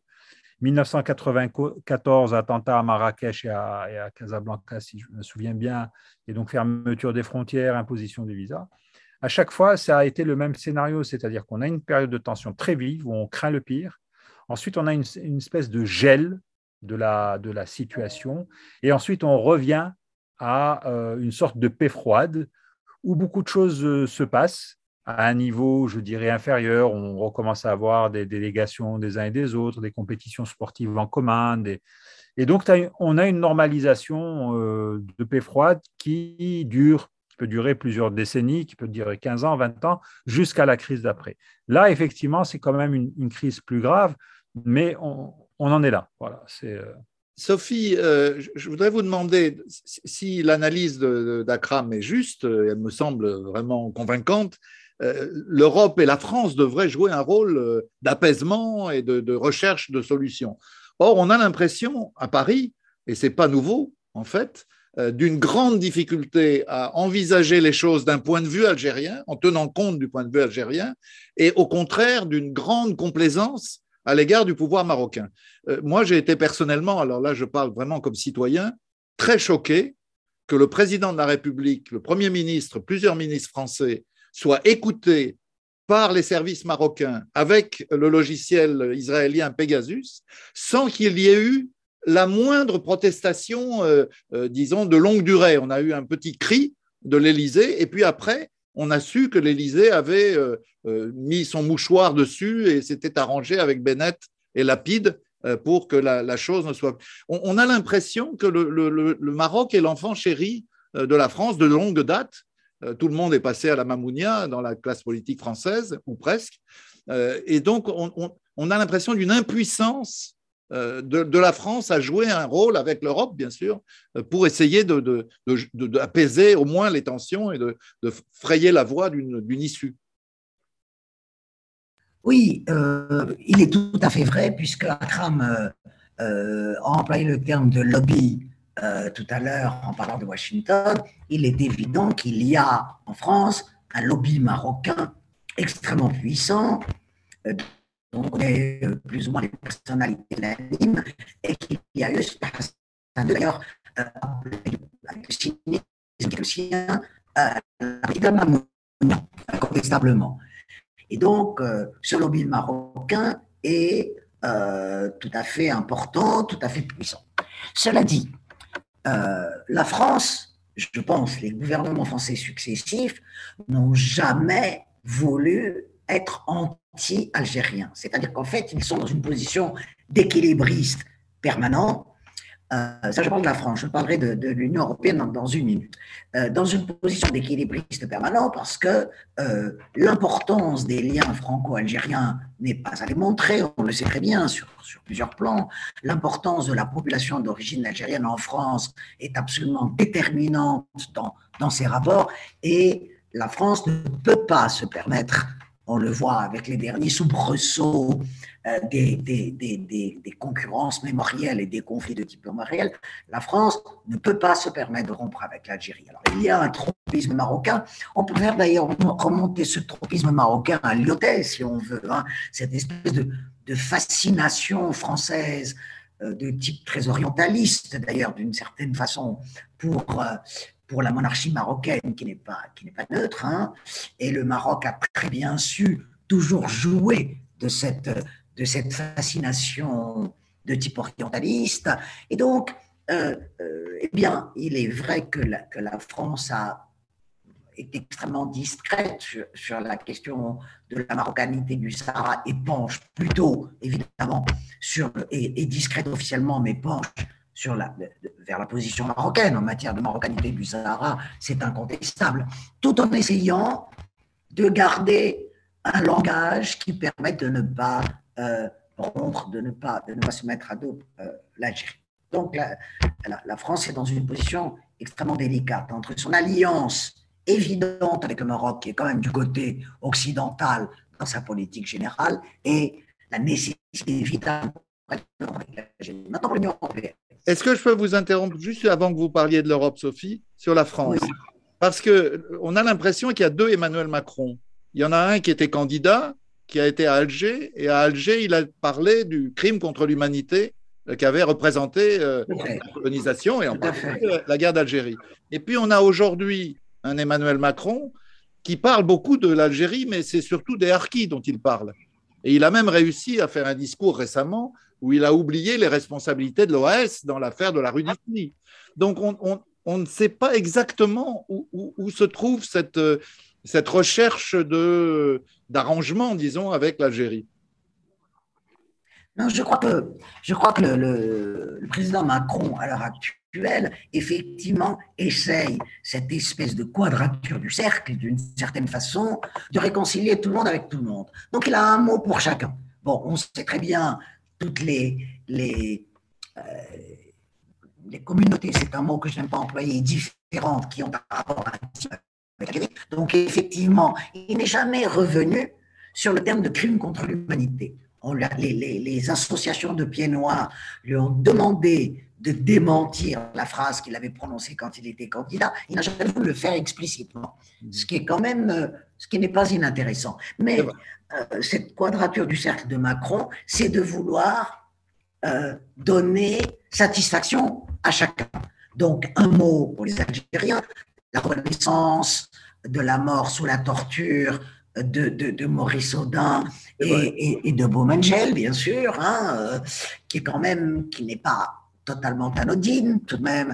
1994, attentat à Marrakech et à Casablanca, si je me souviens bien, et donc fermeture des frontières, imposition des visas. À chaque fois, ça a été le même scénario, c'est-à-dire qu'on a une période de tension très vive où on craint le pire. Ensuite, on a une espèce de gel de la situation. Et ensuite, on revient à une sorte de paix froide où beaucoup de choses se passent à un niveau, je dirais, inférieur. On recommence à avoir des délégations des uns et des autres, des compétitions sportives en commun. Et donc, on a une normalisation de paix froide qui peut durer plusieurs décennies, qui peut durer 15 ans, 20 ans, jusqu'à la crise d'après. Là, effectivement, c'est quand même une crise plus grave, mais on en est là. Voilà, Sophie, je voudrais vous demander si l'analyse d'Akram est juste, elle me semble vraiment convaincante. L'Europe et la France devraient jouer un rôle d'apaisement et de recherche de solutions. Or, on a l'impression à Paris, et ce n'est pas nouveau en fait, d'une grande difficulté à envisager les choses d'un point de vue algérien, en tenant compte du point de vue algérien, et au contraire d'une grande complaisance à l'égard du pouvoir marocain. Moi, j'ai été personnellement, alors là je parle vraiment comme citoyen, très choqué que le président de la République, le Premier ministre, plusieurs ministres français soient écoutés par les services marocains avec le logiciel israélien Pegasus, sans qu'il y ait eu la moindre protestation, disons, de longue durée. On a eu un petit cri de l'Élysée, et puis après, on a su que l'Élysée avait mis son mouchoir dessus et s'était arrangé avec Bennett et Lapide pour que la chose ne soit… On a l'impression que le Maroc est l'enfant chéri de la France de longue date. Tout le monde est passé à la Mamounia dans la classe politique française, ou presque. Et donc, on a l'impression d'une impuissance de la France à jouer un rôle avec l'Europe, bien sûr, pour essayer d'apaiser au moins les tensions et de frayer la voie d'une issue. Oui, il est tout à fait vrai, puisque Akram a employé le terme de lobby tout à l'heure en parlant de Washington. Il est évident qu'il y a en France un lobby marocain extrêmement puissant, dont on connaît plus ou moins les personnalités l'animent, et qu'il y a eu d'ailleurs avec le cynisme qui est le sien, incontestablement. Et donc, ce lobby marocain est tout à fait important, tout à fait puissant. Cela dit, la France, je pense, les gouvernements français successifs n'ont jamais voulu être anti-algériens. C'est-à-dire qu'en fait, ils sont dans une position d'équilibriste permanent. Ça, je parle de la France, je parlerai de l'Union européenne dans une minute. Dans une position d'équilibriste permanent parce que l'importance des liens franco-algériens n'est pas à démontrer, on le sait très bien sur plusieurs plans. L'importance de la population d'origine algérienne en France est absolument déterminante dans ces rapports, et la France ne peut pas se permettre, on le voit avec les derniers soubresauts des concurrences mémorielles et des conflits de type mémoriel, la France ne peut pas se permettre de rompre avec l'Algérie. Alors, il y a un tropisme marocain. On peut faire d'ailleurs remonter ce tropisme marocain à Lyotet, si on veut, hein, cette espèce de fascination française de type très orientaliste, d'ailleurs, d'une certaine façon, pour la monarchie marocaine qui n'est pas neutre, hein, et le Maroc a très bien su toujours jouer de cette fascination de type orientaliste. Et donc, eh bien, il est vrai que la France est extrêmement discrète sur la question de la marocanité du Sahara et penche plutôt, évidemment, et discrète officiellement, mais penche vers la position marocaine en matière de marocanité du Sahara, c'est incontestable, tout en essayant de garder un langage qui permette de ne pas rompre, de ne pas se mettre à dos l'Algérie. Donc la France est dans une position extrêmement délicate entre son alliance évidente avec le Maroc, qui est quand même du côté occidental dans sa politique générale, et la nécessité vitale avec l'Algérie. Maintenant, pour l'Union européenne. Est-ce que je peux vous interrompre juste avant que vous parliez de l'Europe, Sophie, sur la France? Oui. Parce qu'on a l'impression qu'il y a deux Emmanuel Macron. Il y en a un qui était candidat, qui a été à Alger, et à Alger, il a parlé du crime contre l'humanité qu'avait représenté la colonisation et en particulier la guerre d'Algérie. Et puis, on a aujourd'hui un Emmanuel Macron qui parle beaucoup de l'Algérie, mais c'est surtout des harkis dont il parle. Et il a même réussi à faire un discours récemment où il a oublié les responsabilités de l'OAS dans l'affaire de la rue d'Ifni. Donc, on ne sait pas exactement où se trouve cette recherche d'arrangement, disons, avec l'Algérie. Non, je crois que le président Macron, à l'heure actuelle, effectivement, essaye cette espèce de quadrature du cercle, d'une certaine façon, de réconcilier tout le monde avec tout le monde. Donc, il a un mot pour chacun. Bon, on sait très bien toutes les les communautés, c'est un mot que je n'aime pas employer, différentes qui ont un rapport avec. Donc, effectivement, il n'est jamais revenu sur le terme de crime contre l'humanité. Les associations de pieds noirs lui ont demandé de démentir la phrase qu'il avait prononcée quand il était candidat. Il n'a jamais voulu le faire explicitement, ce qui est quand même, ce qui n'est pas inintéressant. Mais cette quadrature du cercle de Macron, c'est de vouloir donner satisfaction à chacun. Donc, un mot pour les Algériens, la reconnaissance de la mort sous la torture de Maurice Audin et de Baumengel, bien sûr, hein, qui est quand même, qui n'est pas totalement anodine, tout de même,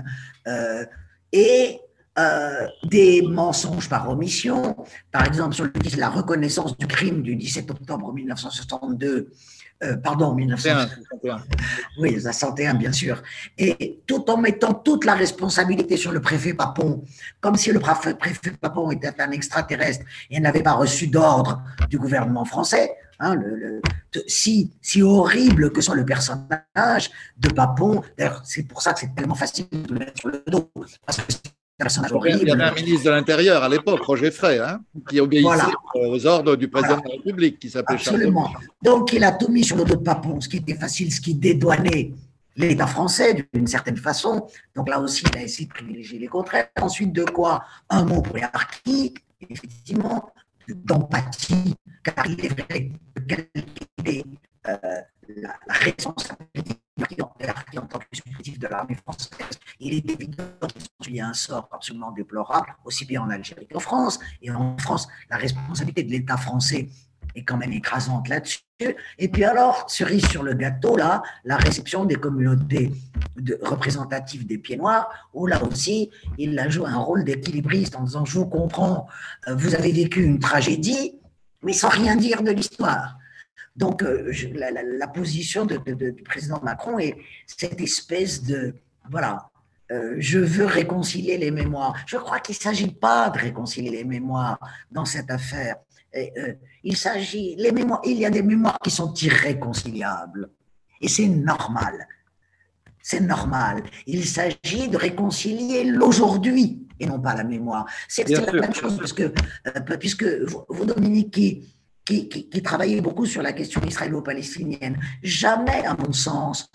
et des mensonges par omission, par exemple sur la reconnaissance du crime du 17 octobre 1962, pardon, 1961. Oui, 61, bien sûr. Et tout en mettant toute la responsabilité sur le préfet Papon, comme si le préfet Papon était un extraterrestre et n'avait pas reçu d'ordre du gouvernement français. Hein, si horrible que soit le personnage de Papon, d'ailleurs, c'est pour ça que c'est tellement facile de le mettre sur le dos, parce que c'est un personnage horrible. Il y avait un ministre de l'Intérieur à l'époque, Roger Frey, hein, qui obéissait aux ordres du président de la République, qui s'appelait Charles. Absolument. Donc, il a tout mis sur le dos de Papon, ce qui était facile, ce qui dédouanait l'État français d'une certaine façon. Donc là aussi, il a essayé de privilégier les contraires. Ensuite, de quoi? Un mot pour les harkis, effectivement, d'empathie, car il est vrai que quelle la responsabilité en tant que supplétif de l'armée française, il est évident qu'il y a un sort absolument déplorable, aussi bien en Algérie qu'en France. Et en France, la responsabilité de l'État français est quand même écrasante là-dessus. Et puis alors, cerise sur le gâteau, là, la réception des communautés représentatives des Pieds Noirs, où là aussi, il a joué un rôle d'équilibriste en disant, je vous comprends, vous avez vécu une tragédie, mais sans rien dire de l'histoire. Donc, la position du président Macron est cette espèce de, voilà, je veux réconcilier les mémoires. Je crois qu'il ne s'agit pas de réconcilier les mémoires dans cette affaire. Il y a des mémoires qui sont irréconciliables. Et c'est normal. C'est normal. Il s'agit de réconcilier l'aujourd'hui et non pas la mémoire. C'est la même chose parce que, puisque vous, Dominique, qui travaillait beaucoup sur la question israélo-palestinienne, jamais, à mon sens,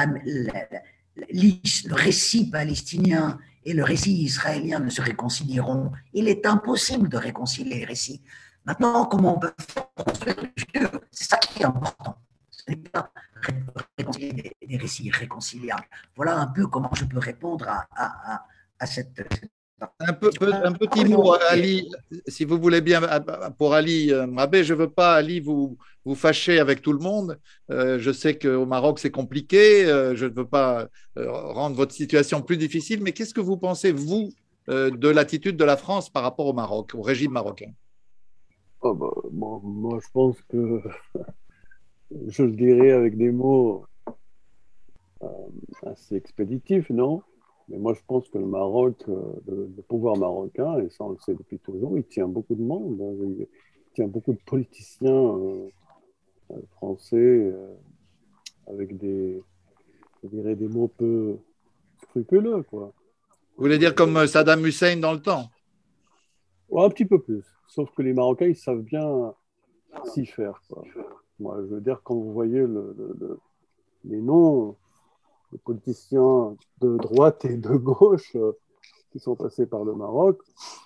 le récit palestinien et le récit israélien ne se réconcilieront. Il est impossible de réconcilier les récits. Maintenant, comment on peut faire pour construire le futur? C'est ça qui est important. Ce n'est pas réconcilier des récits irréconciliables. Voilà un peu comment je peux répondre à cette. Un petit mot, Ali, si vous voulez bien, pour Ali Mrabé. Je ne veux pas, Ali, vous fâcher avec tout le monde. Je sais qu'au Maroc, c'est compliqué. Je ne veux pas rendre votre situation plus difficile. Mais qu'est-ce que vous pensez, vous, de l'attitude de la France par rapport au Maroc, au régime marocain? Moi, je pense que je le dirais avec des mots assez expéditifs, non? Mais moi, je pense que le Maroc, le pouvoir marocain, et ça on le sait depuis toujours, il tient beaucoup de monde, hein, il tient beaucoup de politiciens français avec je dirais des mots peu scrupuleux, quoi. Vous voulez dire comme Saddam Hussein dans le temps? Ouais, un petit peu plus. Sauf que les Marocains, ils savent bien s'y faire, quoi. Moi, je veux dire, quand vous voyez les noms des politiciens de droite et de gauche qui sont passés par le Maroc,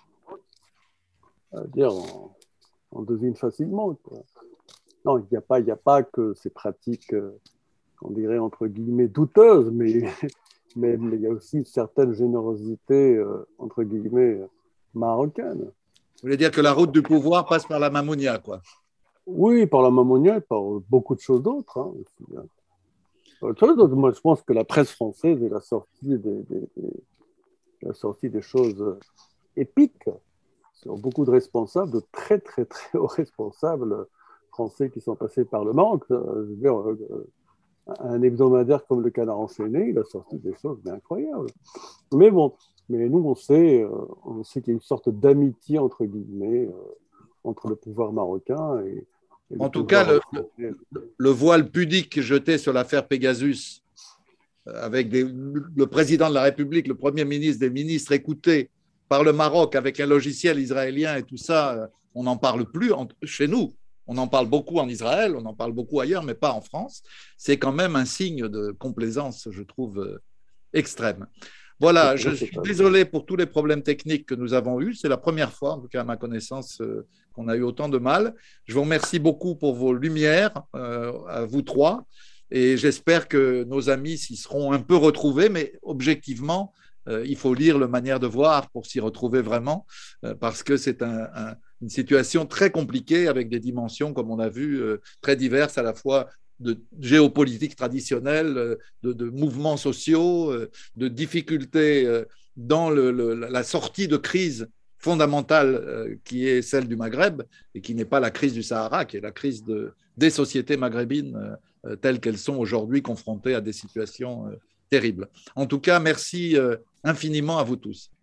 dire, on devine facilement, quoi. Non, il n'y a pas que ces pratiques, on dirait entre guillemets, douteuses, mais il y a aussi une certaine générosité, entre guillemets, marocaine. Vous voulez dire que la route du pouvoir passe par la Mamounia, quoi? Oui, par la Mamounia et par beaucoup de choses d'autres, hein, aussi, hein. Moi, je pense que la presse française est la sortie des choses épiques sur beaucoup de responsables, de très, très, très hauts responsables français qui sont passés par le Maroc. Je veux dire, un hebdomadaire comme le Canard enchaîné, il a sorti des choses incroyables. Mais bon, nous, on sait qu'il y a une sorte d'amitié, entre guillemets, entre le pouvoir marocain et en tout cas, le voile pudique jeté sur l'affaire Pegasus avec le président de la République, le Premier ministre, des ministres écoutés par le Maroc avec un logiciel israélien et tout ça, on n'en parle plus chez nous. On en parle beaucoup en Israël, on en parle beaucoup ailleurs, mais pas en France. C'est quand même un signe de complaisance, je trouve, extrême. Voilà, je suis désolé pour tous les problèmes techniques que nous avons eus. C'est la première fois, en tout cas à ma connaissance, qu'on a eu autant de mal. Je vous remercie beaucoup pour vos lumières, à vous trois, et j'espère que nos amis s'y seront un peu retrouvés, mais objectivement, il faut lire le Manière de voir pour s'y retrouver vraiment, parce que c'est une situation très compliquée avec des dimensions, comme on a vu, très diverses, à la fois de géopolitique traditionnelle, de mouvements sociaux, de difficultés dans la sortie de crise fondamentale qui est celle du Maghreb et qui n'est pas la crise du Sahara, qui est la crise des sociétés maghrébines telles qu'elles sont aujourd'hui confrontées à des situations terribles. En tout cas, merci infiniment à vous tous.